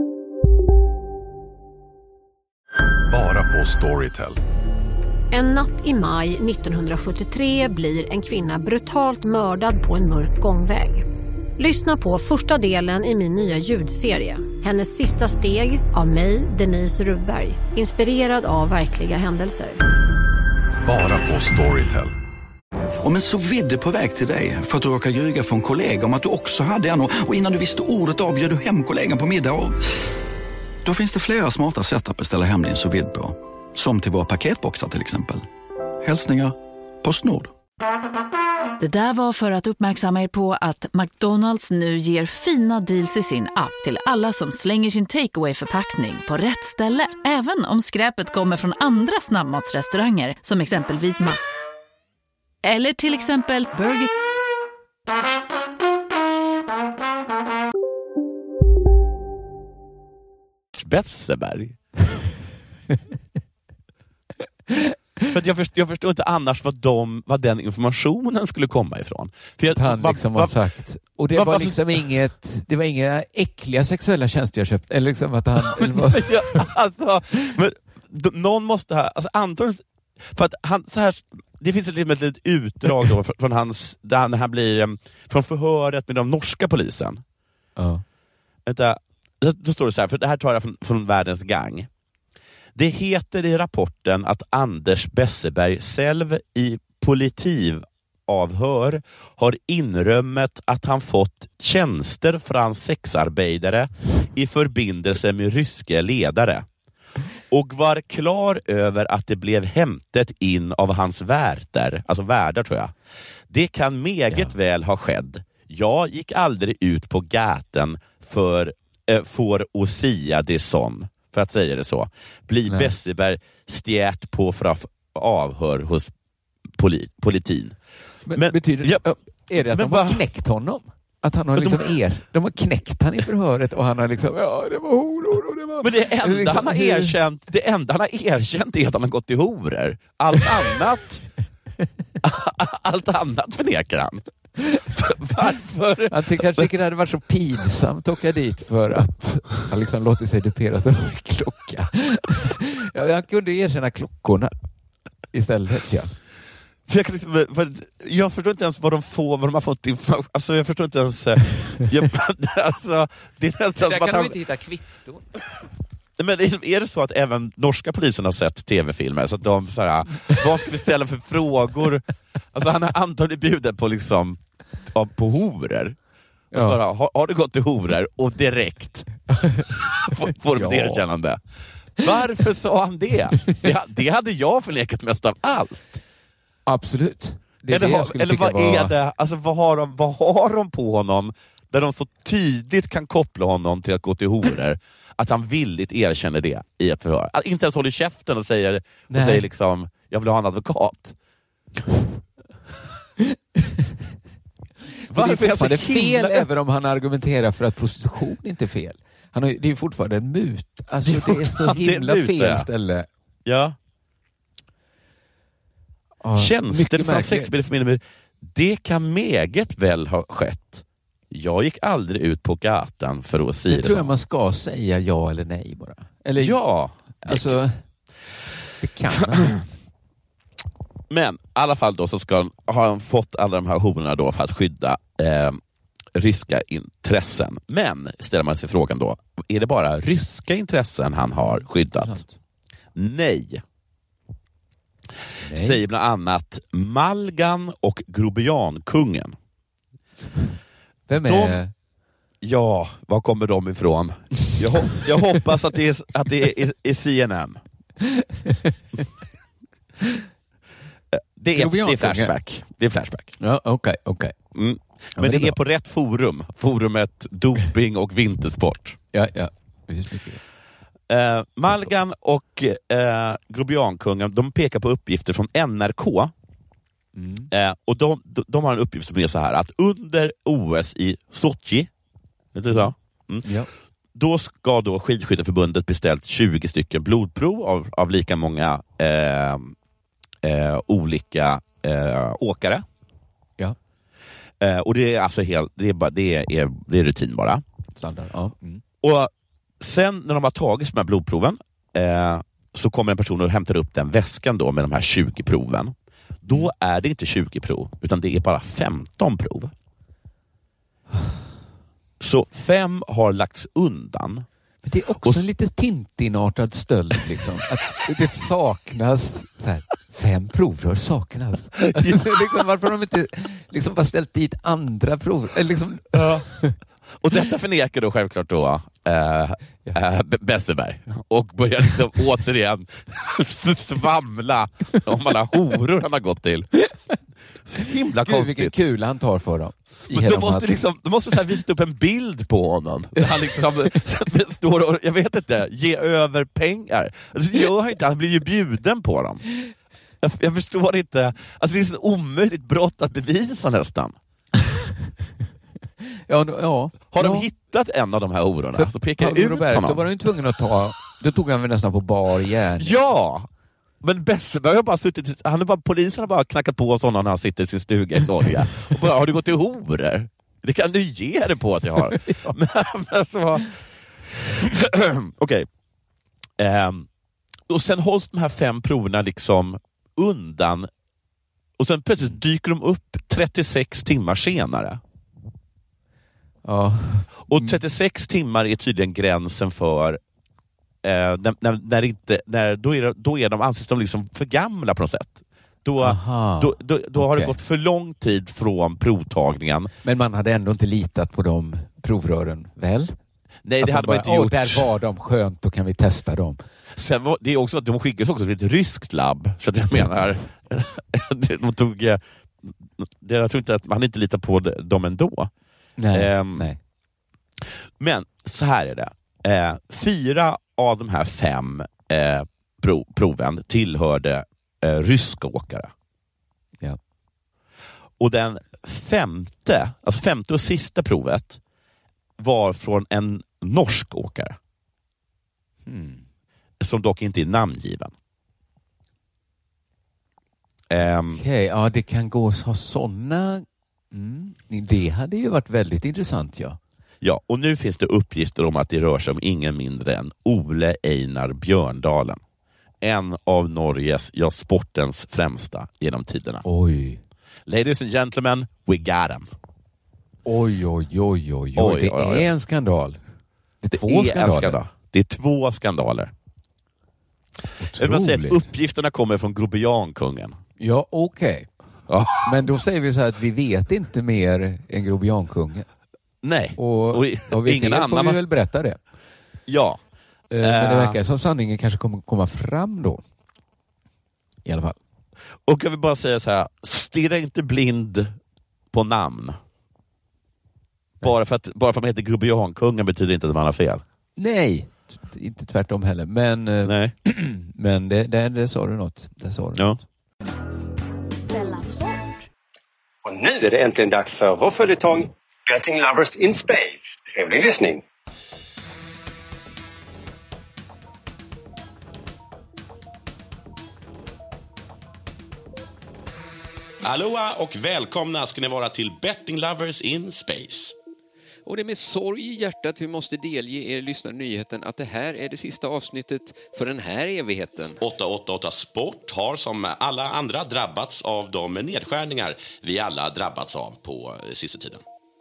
Bara på Storytel. En natt i maj nittonhundrasjuttiotre blir en kvinna brutalt mördad på en mörk gångväg. Lyssna på första delen i min nya ljudserie. Hennes sista steg av mig, Denise Rubberg. Inspirerad av verkliga händelser. Bara på Storytel. Om en så vidde på väg till dig för att du råkar ljuga för en kollega om att du också hade en och innan du visste ordet av bjöd du hem kollegan på middag och... Då finns det flera smarta sätt att beställa hem din sous vide på. Som till våra paketboxar till exempel. Hälsningar Postnord. Det där var för att uppmärksamma er på att McDonalds nu ger fina deals i sin app till alla som slänger sin takeaway-förpackning på rätt ställe. Även om skräpet kommer från andra snabbmatsrestauranger som exempelvis Ma... Eller till exempel Burger... Besseberg. För att jag, förstår, jag förstår inte annars vad, de, vad den informationen skulle komma ifrån. För jag, Han liksom va, har va, sagt. Och det va, var va, liksom inget, det var inga äckliga sexuella tjänster jag köpt. Eller liksom att han... eller vad- ja, alltså, men, d- någon måste ha, alltså antagligen, för att han så här, det finns ett litet, ett litet utdrag då från, från hans, där när han blir, em, från förhöret med de norska polisen. Ja. Vänta, då, då står det så här, för det här tar jag från, från Världens Gang. Det heter i rapporten att Anders Besseberg själv i politivavhör har inrömmet att han fått tjänster från sexarbetare i förbindelse med ryska ledare och var klar över att det blev hämtat in av hans värdar, alltså värdar tror jag. Det kan meget ja. väl ha skett. Jag gick aldrig ut på gaten för, äh, för att säga det som. För att säga det så. Blir Besseberg stjärt på för att avhör hos polit, politin. Men, men betyder det, ja, är det att de har knäckt honom? Att han har liksom de, er, de har knäckt han i förhöret och han har liksom, ja det var horor och det var... Men det enda liksom, han har erkänt, det enda han har erkänt är att han har gått till horor. Allt annat allt annat förnekar han. Varför? Han tycker kanske tycker det hade varit så pinsamt att åka dit för att han liksom låter sig duperas av en klocka. Ja, han kunde erkänna klockorna istället, ja. För jag, kan liksom, för jag förstår inte ens vad de får, vad de har fått information. Alltså jag förstår inte ens... Jag, alltså, det är nästan det som att kan han... du inte hitta kvitton. Men är det så att även norska polisen har sett tv-filmer så att de så här, vad ska vi ställa för frågor? Alltså han har antagligen bjudit på liksom på horor. Och så Ja. bara, har, har du gått till horor och direkt får, får du Ja. ett erkännande. Varför sa han det? Det, det hade jag förnekat mest av allt. Absolut. Det är eller det jag har, skulle eller tycka vad var... är det? Alltså vad har, de, vad har de på honom där de så tydligt kan koppla honom till att gå till horor att han villigt erkänner det i ett förhör? Att inte ens håller käften och säger, och säger liksom, jag vill ha en advokat. Varför är det fel himla... även om han argumenterar för att prostitution inte är fel? Han har, det är fortfarande en mut. Alltså det är så himla mut, fel ja. ställe. Ja. Ja, tjänster från sexbilderförmedlare. Det kan meget väl ha skett. Jag gick aldrig ut på gatan för att säga det. Jag tror jag man ska säga ja eller nej bara. Eller, ja. Alltså, det kan man. Men i alla fall då så ska han, har han fått alla de här hororna då för att skydda eh, ryska intressen. Men ställer man sig frågan då, är det bara ryska intressen han har skyddat? Nej. Nej. Säger bland annat Malgan och Grobiankungen. Vem är... De, ja, var kommer de ifrån? Jag, jag hoppas att det är, att det är, är C N N. Det är, det är Flashback. Det är Flashback. Ja, okej, okay, okej. Okay. Mm. Men, ja, men det, det är, är på rätt forum. Forumet doping och vintersport. Ja, ja. Uh, Malgan och uh, Grobiankungen, de pekar på uppgifter från N R K. Mm. Uh, och de, de, de har en uppgift som är så här att under O S i Sochi, vet du så? Mm. Ja. Då ska då Skidskytteförbundet beställt tjugo stycken blodprov av, av lika många uh, uh, olika uh, åkare. Ja. Uh, och det är alltså helt, det är bara, det är, det är rutin bara. Standard, ja. Mm. Och sen när de har tagit de här blodproven eh, så kommer en person och hämtar upp den väskan då med de här tjugo proven. Då mm. är det inte tjugo prov, utan det är bara femton prov. Så fem har lagts undan. Men det är också och, en lite Tintin-artad stöld liksom. Att det saknas så här, fem provrör saknas. Ja. liksom, varför har de inte liksom bara ställt dit andra prov? Liksom, ja. Och detta förnekar då självklart då äh, äh, Besseberg och börjar liksom återigen svamla om alla horor han har gått till. Så himla Gud, konstigt. Vilken kul han tar för dem. Men de måste, liksom, de måste så här visa upp en bild på honom. Han liksom står och, jag vet inte, ge över pengar. Alltså, gör han inte, han blir ju bjuden på dem. Jag, jag förstår inte. Alltså det är så omöjligt brott att bevisa nästan. Ja, ja. Har de ja. hittat en av de här hororna för, så pekar jag ut Roberto, honom. Då var de ju tvungna att ta, då tog han väl nästan på bar igen. Ja, men Besseberg har bara suttit, han har bara, polisen har bara knackat på oss när han sitter i sin stuga i Norge. Och bara, har du gått till horor? Det kan du ge det på att jag har. ja. men, men så... Okej. Okay. Um, och sen hålls de här fem proverna liksom undan. Och sen plötsligt dyker de upp trettiosex timmar senare. Ja. Och trettiosex timmar är tydligen gränsen för eh, när, när, när inte, när, då, är, då är de, anses de liksom för gamla på något sätt. Då, Aha, då, då, då okay. har det gått för lång tid från provtagningen. Men man hade ändå inte litat på de provrören, väl? Nej, att det hade man, bara, man inte gjort. Där var de, skönt, då kan vi testa dem. Sen var, det är också att de skickas också till ett ryskt labb. Så att jag menar, de tog, det, jag tror inte att man inte litar på dem ändå. Nej, um, nej. Men så här är det. Eh, fyra av de här fem eh, prov, proven tillhörde eh, ryska åkare. Ja. Och den femte, alltså femte och sista provet var från en norsk åkare. Hmm. Som dock inte är namngiven. Um, Okej, okay, ja det kan gå att ha sådana. Mm. Det hade ju varit väldigt intressant, ja. Ja, och nu finns det uppgifter om att det rör sig om ingen mindre än Ole Einar Björndalen. En av Norges, ja sportens främsta genom tiderna. Oj. Ladies and gentlemen, we got him. Oj, oj, oj, oj, oj. Det oj, oj, oj. är en skandal. Det är två det är skandaler. Skandal. Det är två skandaler. Otroligt. Jag vill säga att uppgifterna kommer från Grobiankungen. Ja, okej. Okay. Ja. Men då säger vi så här att vi vet inte mer än Grobiankungen. Nej. Och, och, och vi ingen annan får vi väl berätta det. Ja. Uh, uh, men det verkar som sanningen kanske kommer komma fram då. I alla fall. Och jag vill bara säga så här, stirra inte blind på namn. Nej. Bara för att bara för att man heter Grobiankungen betyder inte att man har fel. Nej, inte tvärtom heller. Men, uh, Nej. men det, det, det sa du något. Det sa du ja. något. Och nu är det äntligen dags för vår följetong Getting Lovers in Space. Trevlig lyssning! Aloha och välkomna ska ni vara till Betting Lovers in Space. Och det är med sorg i hjärtat vi måste delge er lyssnare nyheten att det här är det sista avsnittet för den här evigheten. åtta åtta åtta Sport har som alla andra drabbats av de nedskärningar vi alla drabbats av på sista tiden.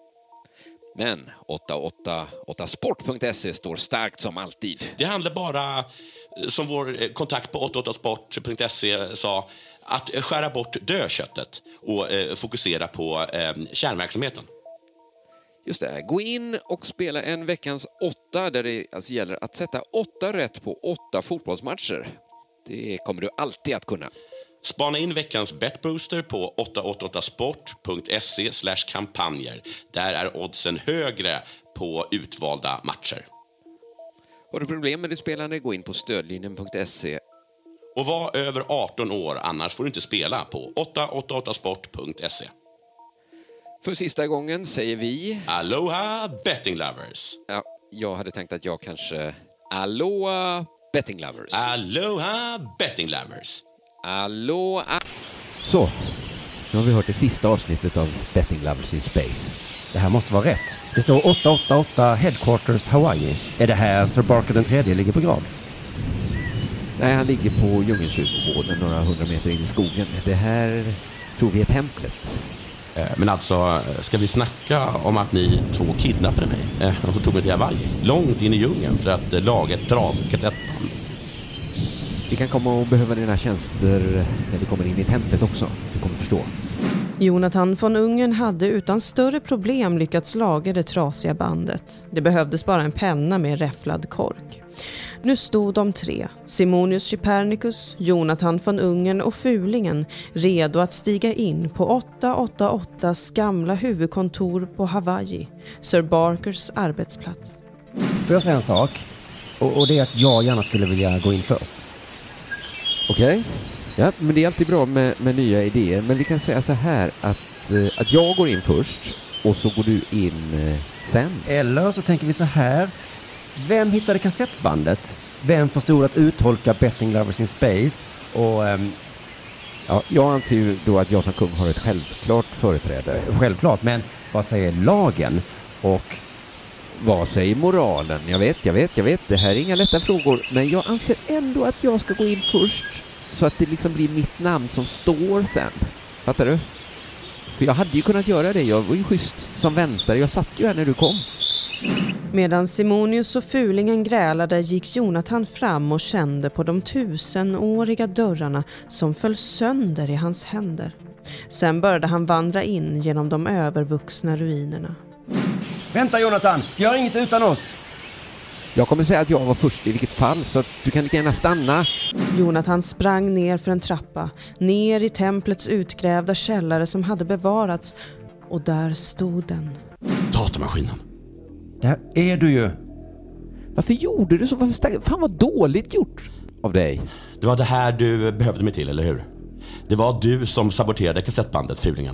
Men åtta åtta åtta sport punkt se står starkt som alltid. Det handlar bara, som vår kontakt på åtta åtta sport punkt se sa, att skära bort dödköttet och eh, fokusera på eh, kärnverksamheten. Just det, gå in och spela en veckans åtta där det alltså gäller att sätta åtta rätt på åtta fotbollsmatcher. Det kommer du alltid att kunna. Spana in veckans betbooster på åtta åtta åtta sport punkt se slash kampanjer. Där är oddsen högre på utvalda matcher. Har du problem med det spelande, gå in på stödlinjen punkt se. Och var över arton år, annars får du inte spela på åtta åtta åtta sport punkt se. För sista gången säger vi... Aloha betting lovers. Ja, jag hade tänkt att jag kanske... Aloha betting lovers. Aloha betting lovers. Aloha... Så, nu har vi hört det sista avsnittet av Betting Lovers in Space. Det här måste vara rätt. Det står åtta åtta åtta Headquarters Hawaii. Är det här Sir Barker den tredje ligger på grav? Nej, han ligger på djungelkyrkogården några hundra meter in i skogen. Det här tror vi är templet. Men alltså, ska vi snacka om att ni två kidnappade mig och tog mig till Hawaii, långt in i djungeln för att laga ett trasigt kassettband? Vi kan komma och behöva dina tjänster när vi kommer in i templet också. Du kommer förstå. Jonathan von Ungern hade utan större problem lyckats laga det trasiga bandet. Det behövdes bara en penna med räfflad kork. Nu stod de tre, Simonius Chypernicus, Jonathan von Ungern och Fulingen, redo att stiga in på åtta åtta åttas gamla huvudkontor på Hawaii, Sir Barkers arbetsplats. Får jag säga en sak? Och, och det är att jag gärna skulle vilja gå in först. Okej. Okay. Ja, men det är alltid bra med, med nya idéer. Men vi kan säga så här att, eh, att jag går in först och så går du in eh, sen. Eller så tänker vi så här. Vem hittade kassettbandet? Vem förstod att uttolka Betting Lovers in Space? Och ehm, ja, jag anser ju då att jag som kung har ett självklart företräde. Självklart, men vad säger lagen? Och vad säger moralen? Jag vet, jag vet, jag vet. Det här är inga lätta frågor. Men jag anser ändå att jag ska gå in först. Så att det liksom blir mitt namn som står sen. Fattar du? För jag hade ju kunnat göra det. Jag var ju schysst som väntare. Jag satt ju här när du kom. Medan Simonius och Fulingen grälade gick Jonathan fram och kände på de tusenåriga dörrarna som föll sönder i hans händer. Sen började han vandra in genom de övervuxna ruinerna. Vänta Jonathan, gör inget utan oss! Jag kommer säga att jag var först i vilket fall, så att du kan lika gärna stanna. Jonathan sprang ner för en trappa, ner i templets utgrävda källare som hade bevarats. Och där stod den. Datamaskinen. Där är du ju. Varför gjorde du så? Varför stäng... Fan vad dåligt gjort av dig. Det var det här du behövde mig till, eller hur? Det var du som saboterade kassettbandet, Fulingen.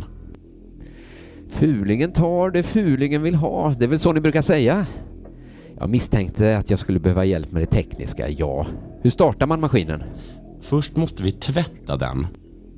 Fulingen tar det Fulingen vill ha. Det är väl så ni brukar säga. Jag misstänkte att jag skulle behöva hjälp med det tekniska, ja. Hur startar man maskinen? Först måste vi tvätta den.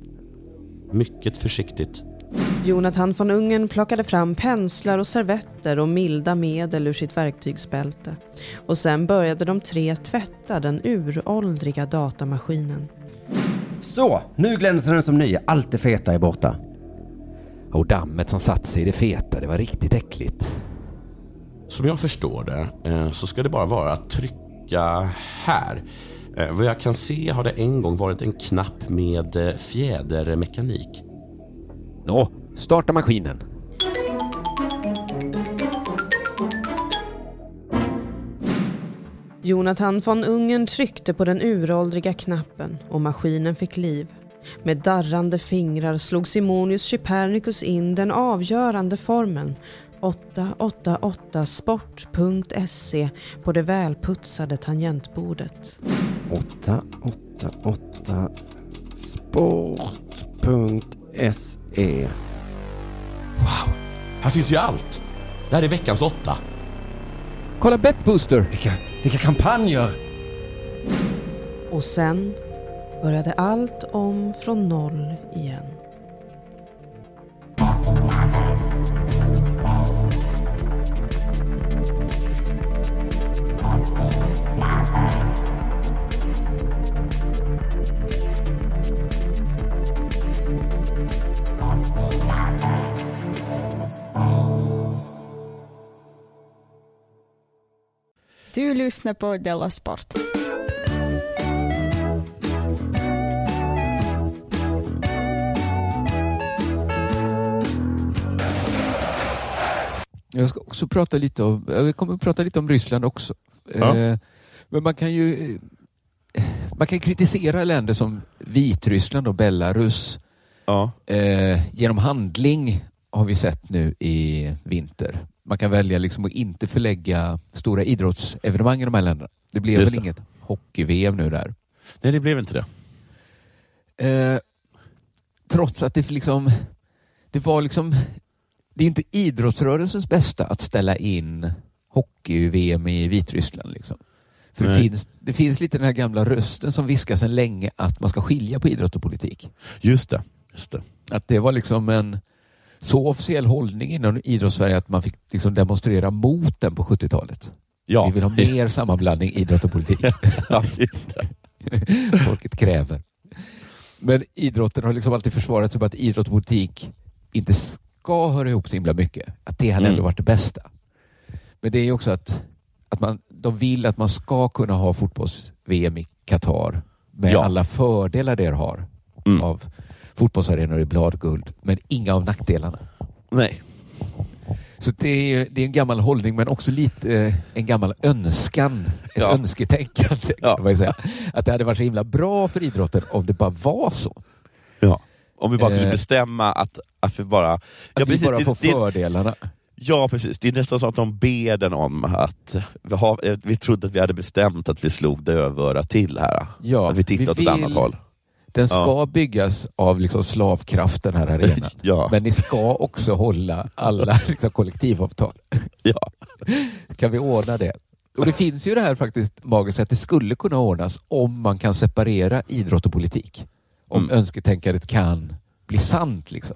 Mycket försiktigt. Jonathan von Ungern plockade fram penslar och servetter och milda medel ur sitt verktygsbälte. Och sen började de tre tvätta den uråldriga datamaskinen. Så, nu glänser den som ny. Allt det feta är borta. Och dammet som satt sig i det feta, det var riktigt äckligt. Som jag förstår det så ska det bara vara att trycka här. Vad jag kan se har det en gång varit en knapp med fjädermekanik. Nå, starta maskinen. Jonathan von Ungern tryckte på den uråldriga knappen och maskinen fick liv. Med darrande fingrar slog Simonius Chypernicus in den avgörande formeln åtta åtta åtta sport punkt se på det välputsade tangentbordet. åtta åtta åtta sport punkt se. Wow, här finns ju allt. Det här är veckans åtta. Kolla Betbooster. Vilka, vilka kampanjer. Och sen började allt om från noll igen. Du lyssnar på Della Sport. Jag ska också prata lite om, jag kommer att prata lite om Ryssland också. Ja. Eh, men man kan ju man kan kritisera länder som Vitryssland och Belarus. Ja. Eh, genom handling har vi sett nu i vinter. Man kan välja liksom att inte förlägga stora idrottsevenemang i de här länderna. Det blev Just väl det. inget hockey-V M nu där. Nej, det blev inte det. Eh, trots att det liksom det var liksom det är inte idrottsrörelsens bästa att ställa in hockey-V M i Vitryssland liksom. För det finns, det finns lite den här gamla rösten som viskar sedan länge att man ska skilja på idrott och politik. Just det, just det. Att det var liksom en så officiell hållning inom idrottssverige att man fick liksom demonstrera mot den på sjuttiotalet. Ja. Vi vill ha mer sammanblandning idrott och politik. Ja, just det. Folket kräver. Men idrotten har liksom alltid försvarat sig på att idrott och politik inte ska höra ihop så himla mycket. Att det hade Mm. ändå varit det bästa. Men det är ju också att, att man, de vill att man ska kunna ha fotbolls-V M i Qatar med Ja. alla fördelar det har Mm. av fotbollsarenor i bladguld, men inga av nackdelarna. Nej. Så det är, det är en gammal hållning, men också lite eh, en gammal önskan, ett Ja. önsketänkande. Ja. Kan man säga. Att det hade varit så himla bra för idrotten om det bara var så. Ja. Om vi bara kunde Eh, bestämma att, att vi bara... Att ja, vi precis, bara det- får det- fördelarna. Ja, precis. Det är nästan så att de ber den om att vi, har, vi trodde att vi hade bestämt att vi slog dövöra till här. Ja, att vi tittar åt vi ett vill- annat håll. Den ska Ja. byggas av liksom slavkraft, den här arenan. Ja. Men ni ska också hålla alla liksom kollektivavtal. Ja. Kan vi ordna det? Och det finns ju det här faktiskt magiskt att det skulle kunna ordnas om man kan separera idrott och politik. Om Mm. önsketänkandet kan bli sant liksom.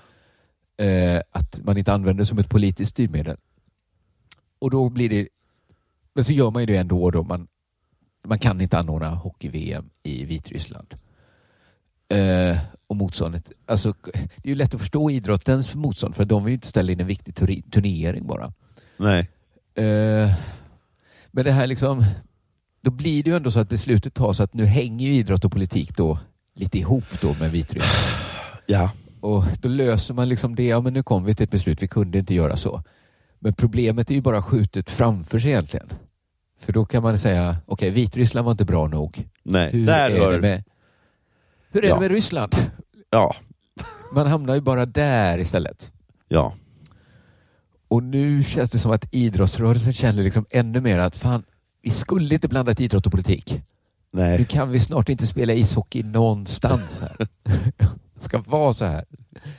Eh, att man inte använder det som ett politiskt styrmedel. Och då blir det, men så gör man ju det ändå då. Man, man kan inte anordna hockey-V M i Vitryssland. Eh, och motståndet, alltså det är ju lätt att förstå idrottens motstånd, för de vill ju inte ställa in en viktig tur- turnering bara. Nej. Eh, men det här liksom, då blir det ju ändå så att beslutet tas att nu hänger ju idrott och politik då lite ihop då med Vitryssland. Ja. Och då löser man liksom det, ja men nu kom vi till ett beslut, vi kunde inte göra så. Men problemet är ju bara skjutet framför sig egentligen. För då kan man säga, okej, okay, Vitryssland var inte bra nog. Nej, Hur där är hör... det med Hur är Ja. det med Ryssland? Ja. Man hamnar ju bara där istället. Ja. Och nu känns det som att idrottsrörelsen känner liksom ännu mer att fan, vi skulle inte blanda idrott och politik. Nej. Nu kan vi snart inte spela ishockey någonstans här. Det ska vara så här.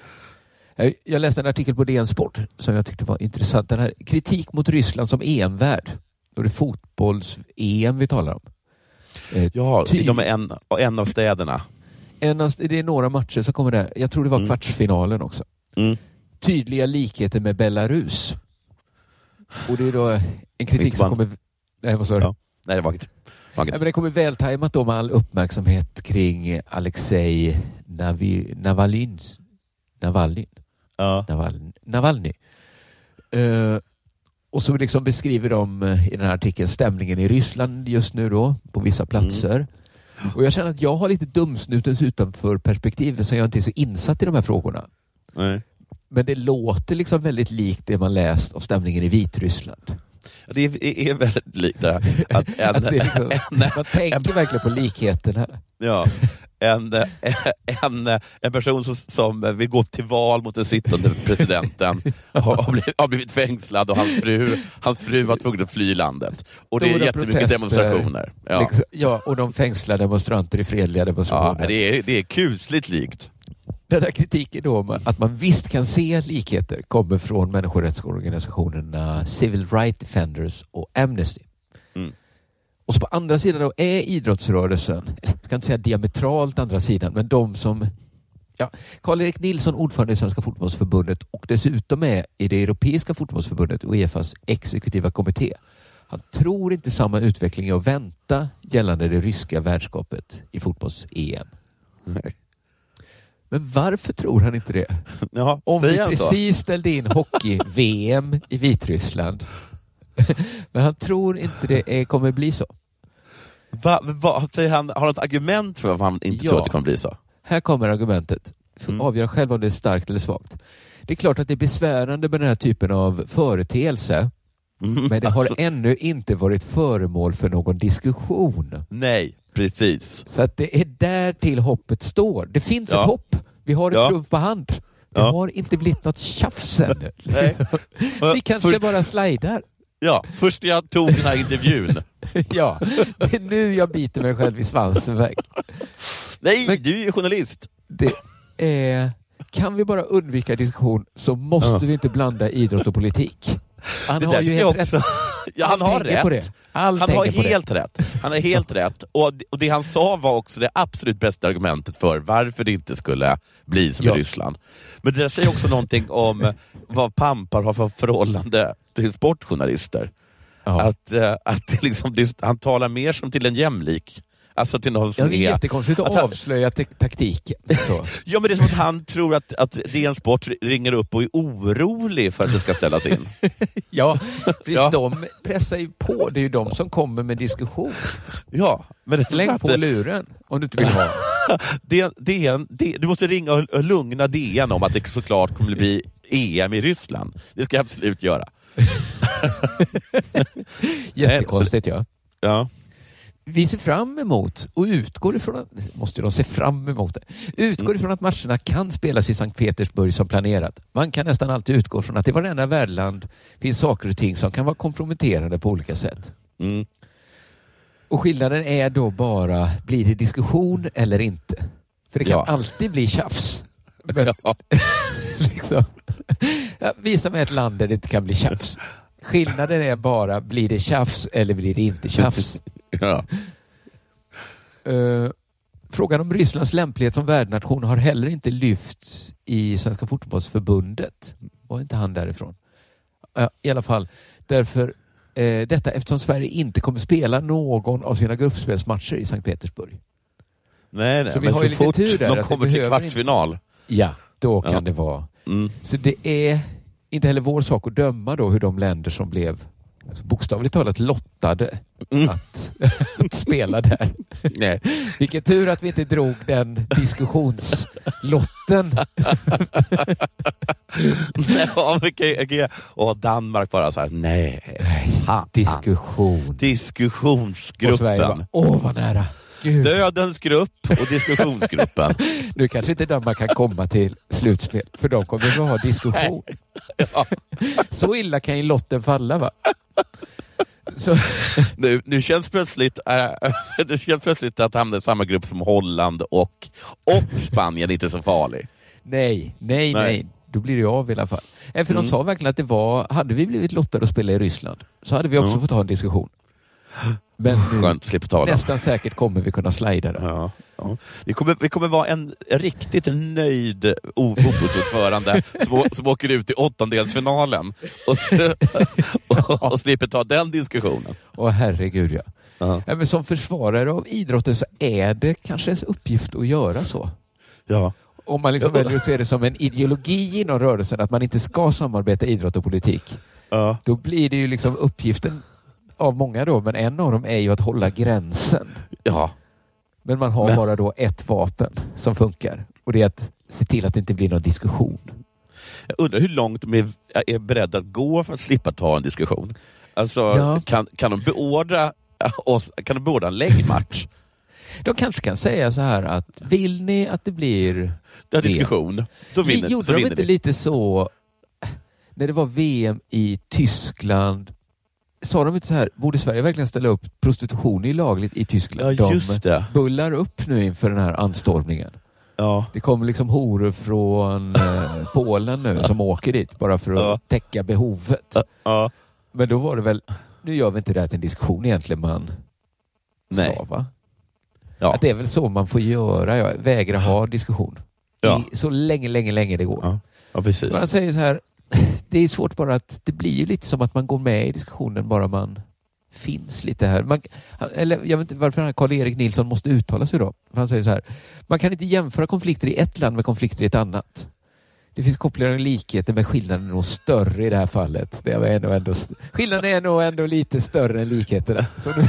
Jag- Jag läste en artikel på D N Sport som jag tyckte var intressant. Den här kritik mot Ryssland som E M-värd. Då är det fotbolls-E M vi talar om. Eh, Ja, ty- de är en, en av städerna. En av, det är några matcher som kommer där. Jag tror det var Mm. kvartsfinalen också. Mm. Tydliga likheter med Belarus. Och det är då en kritik Inte som vann. kommer... Nej, vad sa du? Ja. Nej, det var inte. Ja, men det kommer vältajmat då med all uppmärksamhet kring Alexej Navi, Navalny. Navalny. Ja. Navalny. Navalny. Eh, och så liksom beskriver de eh, i den här artikeln stämningen i Ryssland just nu då, på vissa platser. Mm. Och jag känner att jag har lite dumsnutens utanför perspektiv, så jag inte är så insatt i de här frågorna. Nej. Men det låter liksom väldigt likt det man läst om stämningen i Vitryssland. Det är, är, är väldigt likt det här. Att en, Att det är liksom, en, man tänker verkligen på likheterna. ja, en, en, en person som, som vill gå till val mot den sittande presidenten har, har, blivit, har blivit fängslad och hans fru, hans fru var tvungen att fly landet. Och det är Stora jättemycket protester. demonstrationer. Ja. Liksom, ja, och de fängslar demonstranter i fredliga demonstrationer. Ja, det är, det är kusligt likt. Den här kritiken då om att man visst kan se likheter kommer från människorättsorganisationerna Civil Rights Defenders och Amnesty. Mm. Och så på andra sidan då är idrottsrörelsen, jag ska inte säga diametralt andra sidan, men de som Ja, Karl-Erik Nilsson, ordförande i Svenska fotbollsförbundet och dessutom är i det europeiska fotbollsförbundet och UEFAs exekutiva kommitté. Han tror inte samma utveckling är att vänta gällande det ryska värdskapet i fotbolls-E M. Nej. Men varför tror han inte det? Ja, om vi han precis så. ställde in hockey-V M i Vitryssland. Men han tror inte det är, kommer bli så. Va, va, säger han, har han ett argument för varför han inte ja. tror att det kommer bli så? Här kommer argumentet. För att mm. avgöra själv om det är starkt eller svagt. Det är klart att det är besvärande med den här typen av företeelse. Mm, men det har alltså... ännu inte varit föremål för någon diskussion. Nej, precis. Så att det är där till hoppet står. Det finns ja. ett hopp. Vi har ett ja. prov på hand. Det ja. har inte blivit något tjafs än. Nej. Vi kanske Först... bara slidar. Ja, först jag tog den här intervjun. Ja, det är nu jag biter mig själv i svansen. Väg. Nej, men du är ju journalist. Det är... Kan vi bara undvika diskussion så måste ja. vi inte blanda idrott och politik. Han det har ju helt också... rätt. Ja, han har rätt. Det. Han har helt det. rätt. Han har helt rätt. Och det, och det han sa var också det absolut bästa argumentet för varför det inte skulle bli som ja. i Ryssland. Men det säger också någonting om vad pampar har för förhållande till sportjournalister. Ja. Att, äh, att det liksom, det, han talar mer som till en jämlik. Alltså till någon som ja, det är är... jättekonstigt att, att avslöja te- taktiken. Så. Ja, men det är som att han tror att, att D N Sport ringer upp och är orolig för att det ska ställas in. Ja, precis. Ja. De pressar ju på. Det är ju de som kommer med diskussion. Ja, men det Släng på det... luren om du inte vill ha. D N, D N, D N, du måste ringa och lugna D N om att det såklart kommer bli E M i Ryssland. Det ska jag absolut göra. Jättekonstigt, ja. Ja. Vi ser fram emot och utgår ifrån att, måste de se fram emot det, utgår mm. ifrån att matcherna kan spelas i Sankt Petersburg som planerat. Man kan nästan alltid utgå från att i varenda värdland finns saker och ting som kan vara komprometterande på olika sätt. Mm. Och skillnaden är då bara, blir det diskussion eller inte? För det kan ja. alltid bli tjafs. Men, ja. liksom, ja, visa mig ett land där det inte kan bli tjafs. Skillnaden är bara, blir det tjafs eller blir det inte tjafs? Ja. Uh, frågan om Rysslands lämplighet som värdnation har heller inte lyfts i Svenska fotbollsförbundet. Var inte han därifrån? Uh, I alla fall, därför uh, detta eftersom Sverige inte kommer spela någon av sina gruppspelsmatcher i Sankt Petersburg. Nej, nej så vi men har så lite fort tur där de kommer till kvartsfinal. Inte... Ja, då kan ja. det vara. Mm. Så det är inte heller vår sak att döma då hur de länder som blev alltså bokstavligt talat lottade mm. att, att spela där. Nej. Vilken tur att vi inte drog den diskussionslotten. ja, okay, okay. Och Danmark bara så här, nej. nej diskussion. Diskussionsgruppen. Åh, vad nära. Gud. Dödens grupp och diskussionsgruppen. Nu kanske inte de man kan komma till slutspel, för de kommer att ha diskussion. Ja. Så illa kan ju lotten falla, va? Så. Nu, nu känns plötsligt äh, det känns plötsligt att hamna i samma grupp som Holland och, och Spanien inte så farlig. Nej, nej, nej, nej. Då blir det av i alla fall. För mm. de sa verkligen att det var, hade vi blivit lottade att spela i Ryssland så hade vi också mm. fått ha en diskussion. Men nu, skönt, slippa ta nästan säkert kommer vi kunna slida det. Ja, ja. Vi, kommer, vi kommer vara en riktigt nöjd fotbollsordförande som, som åker ut i åttondelsfinalen och, och, och slipper ta den diskussionen. Åh herregud, ja. Uh-huh. Ja, men som försvarare av idrotten så är det kanske ens uppgift att göra så. Ja. Om man liksom väljer att se det som en ideologi inom rörelsen att man inte ska samarbeta idrott och politik. Uh. Då blir det ju liksom uppgiften av många då, men en av dem är ju att hålla gränsen. Ja. Men man har men... bara då ett vapen som funkar. Och det är att se till att det inte blir någon diskussion. Jag undrar hur långt de är, är beredda att gå för att slippa ta en diskussion. Alltså, ja. kan, kan de beordra oss, kan de beordra en läggmatch? De kanske kan säga så här att vill ni att det blir det diskussion, då vinner, gjorde så de vinner inte ni. Lite så när det var V M i Tyskland. Sa de inte så här, borde Sverige verkligen ställa upp prostitution i lagligt i Tyskland? Ja, just det. De bullar upp nu inför den här anstormningen. Ja. Det kommer liksom horor från eh, Polen nu som åker dit bara för att ja. täcka behovet. Ja. Men då var det väl, nu gör vi inte det här till en diskussion egentligen man Nej. sa, va? Ja. Att det är väl så man får göra, jag vägrar ha diskussion. Ja. I, så länge, länge, länge det går. Ja, ja precis. Man säger så här, det är svårt bara att det blir ju lite som att man går med i diskussionen bara man finns lite här. Man, eller jag vet inte varför Karl-Erik Nilsson måste uttala sig då. Han säger så här, man kan inte jämföra konflikter i ett land med konflikter i ett annat. Det finns kopplingar och likheter, men skillnaden är nog större i det här fallet. Det är ändå, ändå st- skillnaden är nog ändå lite större än likheterna. Så, nu...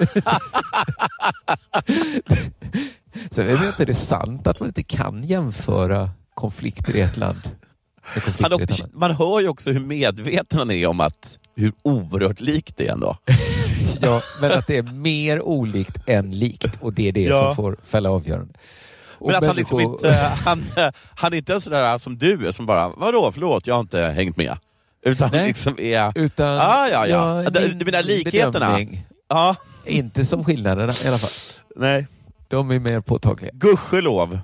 så jag vet inte, det är sant att man inte kan jämföra konflikter i ett land med konflikter han i ett annat. Man hör ju också hur medveten han är om att hur oerhört likt det är ändå. Ja, men att det är mer olikt än likt, och det är det ja. som får fälla avgörande. Men att han liksom inte, han, han är inte en sådär som du är som bara, vadå, förlåt, jag har inte hängt med. Utan Nej, liksom är, utan, ah, ja, ja. ja Du menar likheterna? Ja. Inte som skillnaderna i alla fall. Nej. De är mer påtagliga. Gudskelov.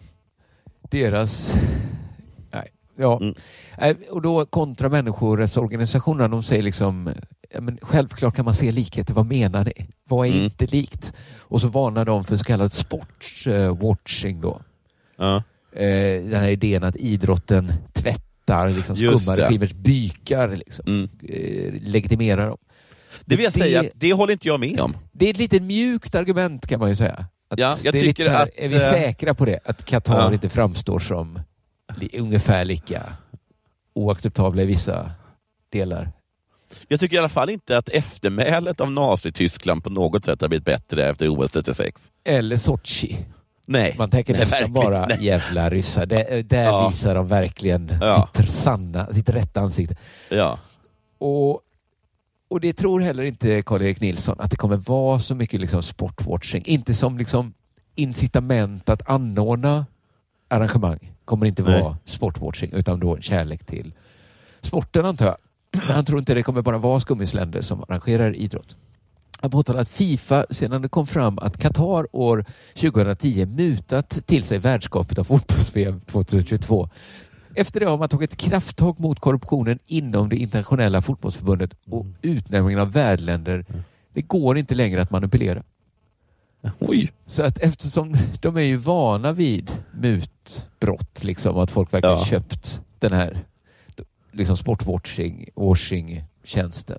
Deras, nej, ja. Mm. Och då kontra människorättsorganisationerna, de säger liksom, ja, men självklart kan man se likheter, vad menar ni? Vad är mm. inte likt? Och så varnar de för så kallad sportswatching då. Ja. Eh, den här idén att idrotten tvättar liksom skumma regimers bykar, liksom, mm. eh, legitimerar dem. Det vill jag det, säga, att det håller inte jag med om. Det är ett lite mjukt argument kan man ju säga. Att ja, jag det är, tycker lite här, att, är vi säkra på det? Att Qatar ja. inte framstår som ungefär lika oacceptabla i vissa delar. Jag tycker i alla fall inte att eftermälet av Nazi-Tyskland på något sätt har blivit bättre efter O S trettiosex. Eller Sochi. Nej. Man tänker nej, nästan bara nej. jävla ryssar. Där, där ja. visar de verkligen ja. sitt sanna, sitt rätta ansikte. Ja. Och, och det tror heller inte Karl-Erik Nilsson, att det kommer vara så mycket liksom sportwatching. Inte som liksom incitament att anordna arrangemang. Kommer inte vara nej. sportwatching, utan då kärlek till sporten, antar jag. Han tror inte det kommer bara vara skummisländer som arrangerar idrott. Han påtalar att FIFA, sedan det kom fram att Qatar år tjugohundratio mutat till sig värdskapet av fotbolls-V M tjugohundratjugotvå. Efter det har man tagit krafttag mot korruptionen inom det internationella fotbollsförbundet och utnämningen av värdländer. Det går inte längre att manipulera. Oj. Så att eftersom de är ju vana vid mutbrott, liksom, att folk verkligen ja. köpt den här liksom sportwatching, washing-tjänsten.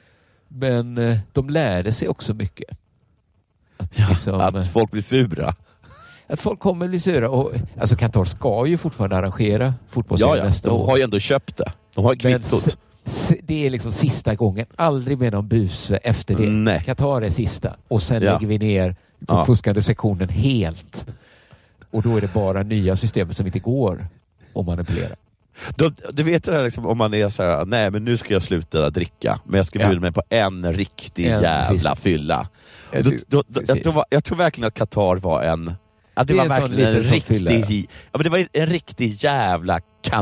Men eh, de lärde sig också mycket. Att, ja, liksom, att folk blir sura. Att folk kommer bli sura. Och, alltså Qatar ska ju fortfarande arrangera fotbollsVM ja, ja, nästa de år. De har ju ändå köpt det. De har kvittot. Det är liksom sista gången. Aldrig med någon buse efter det. Nej. Qatar är sista. Och sen ja. lägger vi ner den ja. fuskande sektionen helt. Och då är det bara nya system som inte går att manipulera. Du, du vet det där liksom, om man är så här, nej men nu ska jag sluta dricka, men jag ska bjuda ja. mig på en riktig en, jävla precis. fylla. Ja, då, då, då, jag, tror, jag tror verkligen att Qatar var en att det, det var verkligen en riktig ja, men det var en riktig jävla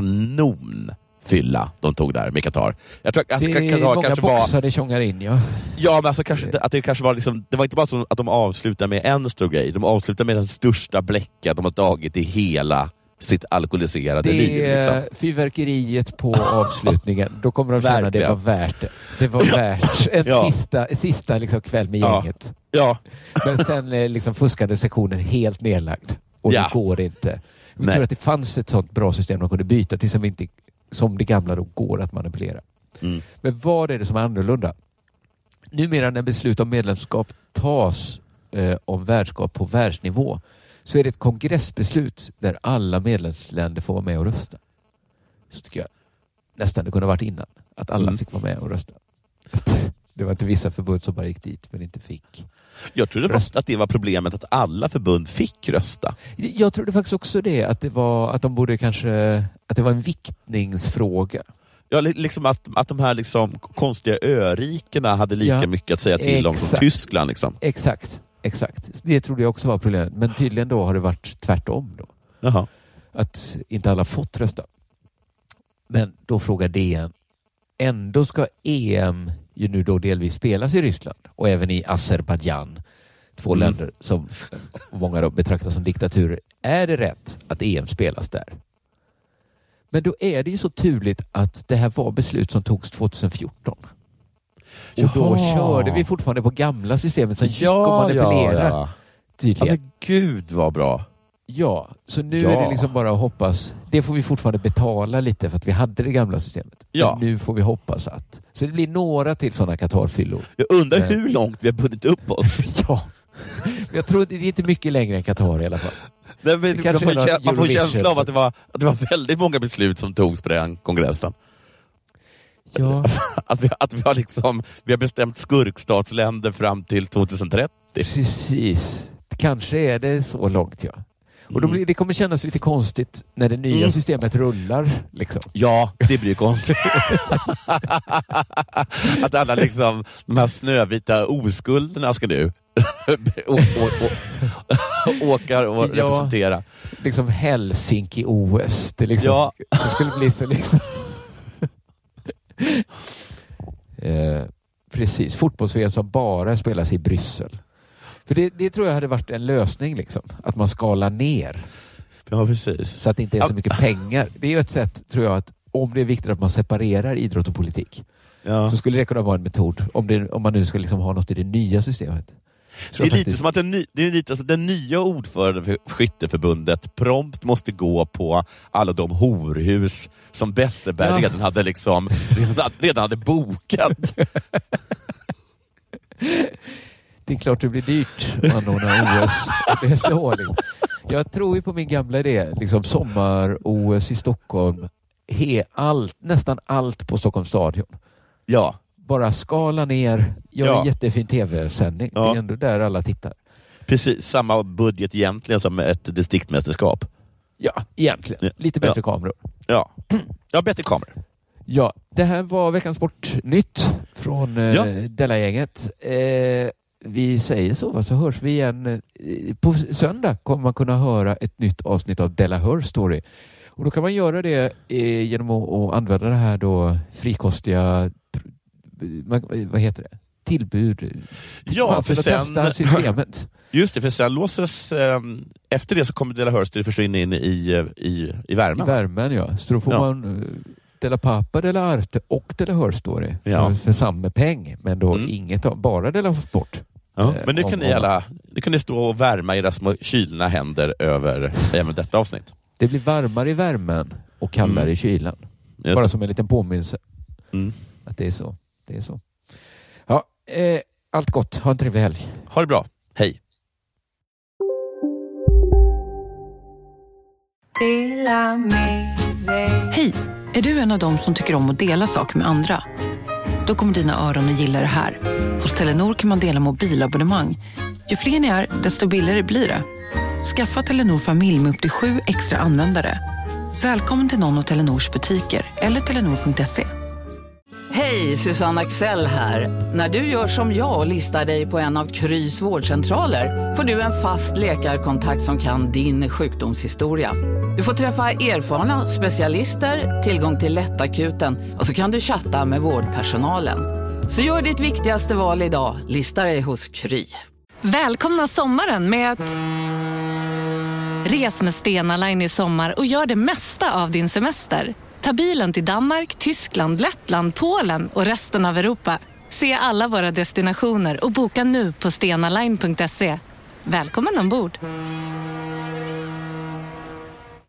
kanonfylla de tog där med Qatar. Jag tror att det Qatar är många kanske boxar var det tjongar in, ja. Ja, men alltså kanske att det kanske var liksom, det var inte bara så att de avslutade med en stor grej, de avslutade med den största bläcka de har tagit i hela sitt alkoholiserade det liv. Det liksom. är fyrverkeriet på avslutningen. Då kommer de känna att det var värt det. Det var värt en ja. sista, sista liksom kväll med gänget. Ja. Ja. Men sen är liksom fuskande sektionen helt nedlagd. Och ja. det går inte. Vi tror att det fanns ett sånt bra system man kunde byta till som, inte, som det gamla då går att manipulera. Mm. Men vad är det som är annorlunda? Numera när beslut om medlemskap tas eh, om värdskap på världsnivå, så är det ett kongressbeslut där alla medlemsländer får vara med och rösta. Så tycker jag nästan det kunde ha varit innan. Att alla mm. fick vara med och rösta. Det var inte vissa förbund som bara gick dit men inte fick. Jag trodde rösta. att det var problemet att alla förbund fick rösta. Jag trodde faktiskt också det. Att det var, att de borde kanske, att det var en viktningsfråga. Ja, liksom att, att de här liksom konstiga örikena hade lika ja, mycket att säga till om som Tyskland. Liksom. Exakt. Exakt. Det trodde jag också var problemet. Men tydligen då har det varit tvärtom då. Jaha. Att inte alla fått rösta. Men då frågar D N. Ändå ska E M ju nu då delvis spelas i Ryssland. Och även i Azerbaijan. Två mm. länder som många då betraktar som diktaturer. Är det rätt att E M spelas där? Men då är det ju så turligt att det här var beslut som togs tjugohundrafjorton. Och Jaha. då körde vi fortfarande på gamla systemet som gick ja, att manipulera. Ja, ja. Ja, men gud vad bra. Ja, så nu ja. är det liksom bara att hoppas. Det får vi fortfarande betala lite för att vi hade det gamla systemet. Ja. Men nu får vi hoppas att. Så det blir några till sådana Qatar-fyllor. Jag undrar Men... hur långt vi har bundit upp oss. Ja. Jag tror det är inte mycket längre än Qatar i alla fall. Nej, men, man får, man får känsla av att det, var, att det var väldigt många beslut som togs på den kongressen. Ja. Att, vi, att vi, har liksom, vi har bestämt skurkstatsländer fram till tjugohundratrettio. Precis. Kanske är det så långt, ja. Och då blir, det kommer kännas lite konstigt när det nya mm. systemet rullar. Liksom. Ja, det blir konstigt. Att alla liksom, de här snövita oskulderna ska nu å, å, å, åka och ja, representera. Liksom Helsinki-O S. Det liksom, ja. Så skulle bli så liksom... eh, precis. Fotbolls-V M som bara spelas i Bryssel. För det, det tror jag hade varit en lösning, liksom. Att man skalar ner. Ja, precis. Så att det inte är så mycket pengar. Det är ju ett sätt, tror jag, att om det är viktigt att man separerar idrott och politik, ja. Så skulle det kunna vara en metod. Om, det, om man nu ska liksom ha något i det nya systemet. Det är, lite som att den, det är lite som att den nya ordföranden för Skytteförbundet prompt måste gå på alla de horhus som Besserberg ja. redan hade liksom redan, redan hade bokat. Det är klart det blir dyrt att anordna O S. Det är så, liksom. Jag tror ju på min gamla idé, liksom sommar-O S i Stockholm. He, allt, nästan allt på Stockholms stadion. Ja. Bara skala ner, gör ja. en jättefin tv-sändning. Ja. Det är ändå där alla tittar. Precis, samma budget egentligen som ett distriktmästerskap. Ja, egentligen. Ja. Lite bättre ja. kameror. Ja. ja, bättre kameror. Ja, det här var veckans Sportnytt från eh, ja. Della-gänget. Eh, vi säger så, så hörs vi igen. Eh, på söndag kommer man kunna höra ett nytt avsnitt av Della Hör Story. Och då kan man göra det eh, genom att, att använda det här då frikostiga vad heter det? Tillbud. Ja, för sen testa systemet. Just det, för sen låses eh, efter det så kommer Della Hör Story försvinna in i, i, i värmen. I värmen, ja. Så då får ja. man Della Pappa, Della Arte och Della Hör Story ja. för, för samma peng. Men då mm. inget av, bara Della Sport. Ja, men nu kan ni alla, nu kan ni stå och värma era små kylna händer över även detta avsnitt. Det blir varmare i värmen och kallare mm. i kylan. Just bara som en liten påminnelse. Mm. Att det är så. Det är så. Ja, eh, allt gott. Ha en trevlig helg. Ha det bra. Hej. Hej, är du en av dem som tycker om att dela saker med andra? Då kommer dina öron att gilla det här. Hos Telenor kan man dela mobilabonnemang. Ju fler ni är, desto billigare blir det. Skaffa Telenor familj med upp till sju extra användare. Välkommen till någon av Telenors butiker eller telenor punkt se. Hej, Susanne Axel här. När du gör som jag och listar dig på en av Krys vårdcentraler får du en fast läkarkontakt som kan din sjukdomshistoria. Du får träffa erfarna specialister, tillgång till lättakuten och så kan du chatta med vårdpersonalen. Så gör ditt viktigaste val idag, lista dig hos Kry. Välkomna sommaren med att... Res med Stena Line i sommar och gör det mesta av din semester. Ta bilen till Danmark, Tyskland, Lettland, Polen och resten av Europa. Se alla våra destinationer och boka nu på stenaline punkt se. Välkommen ombord!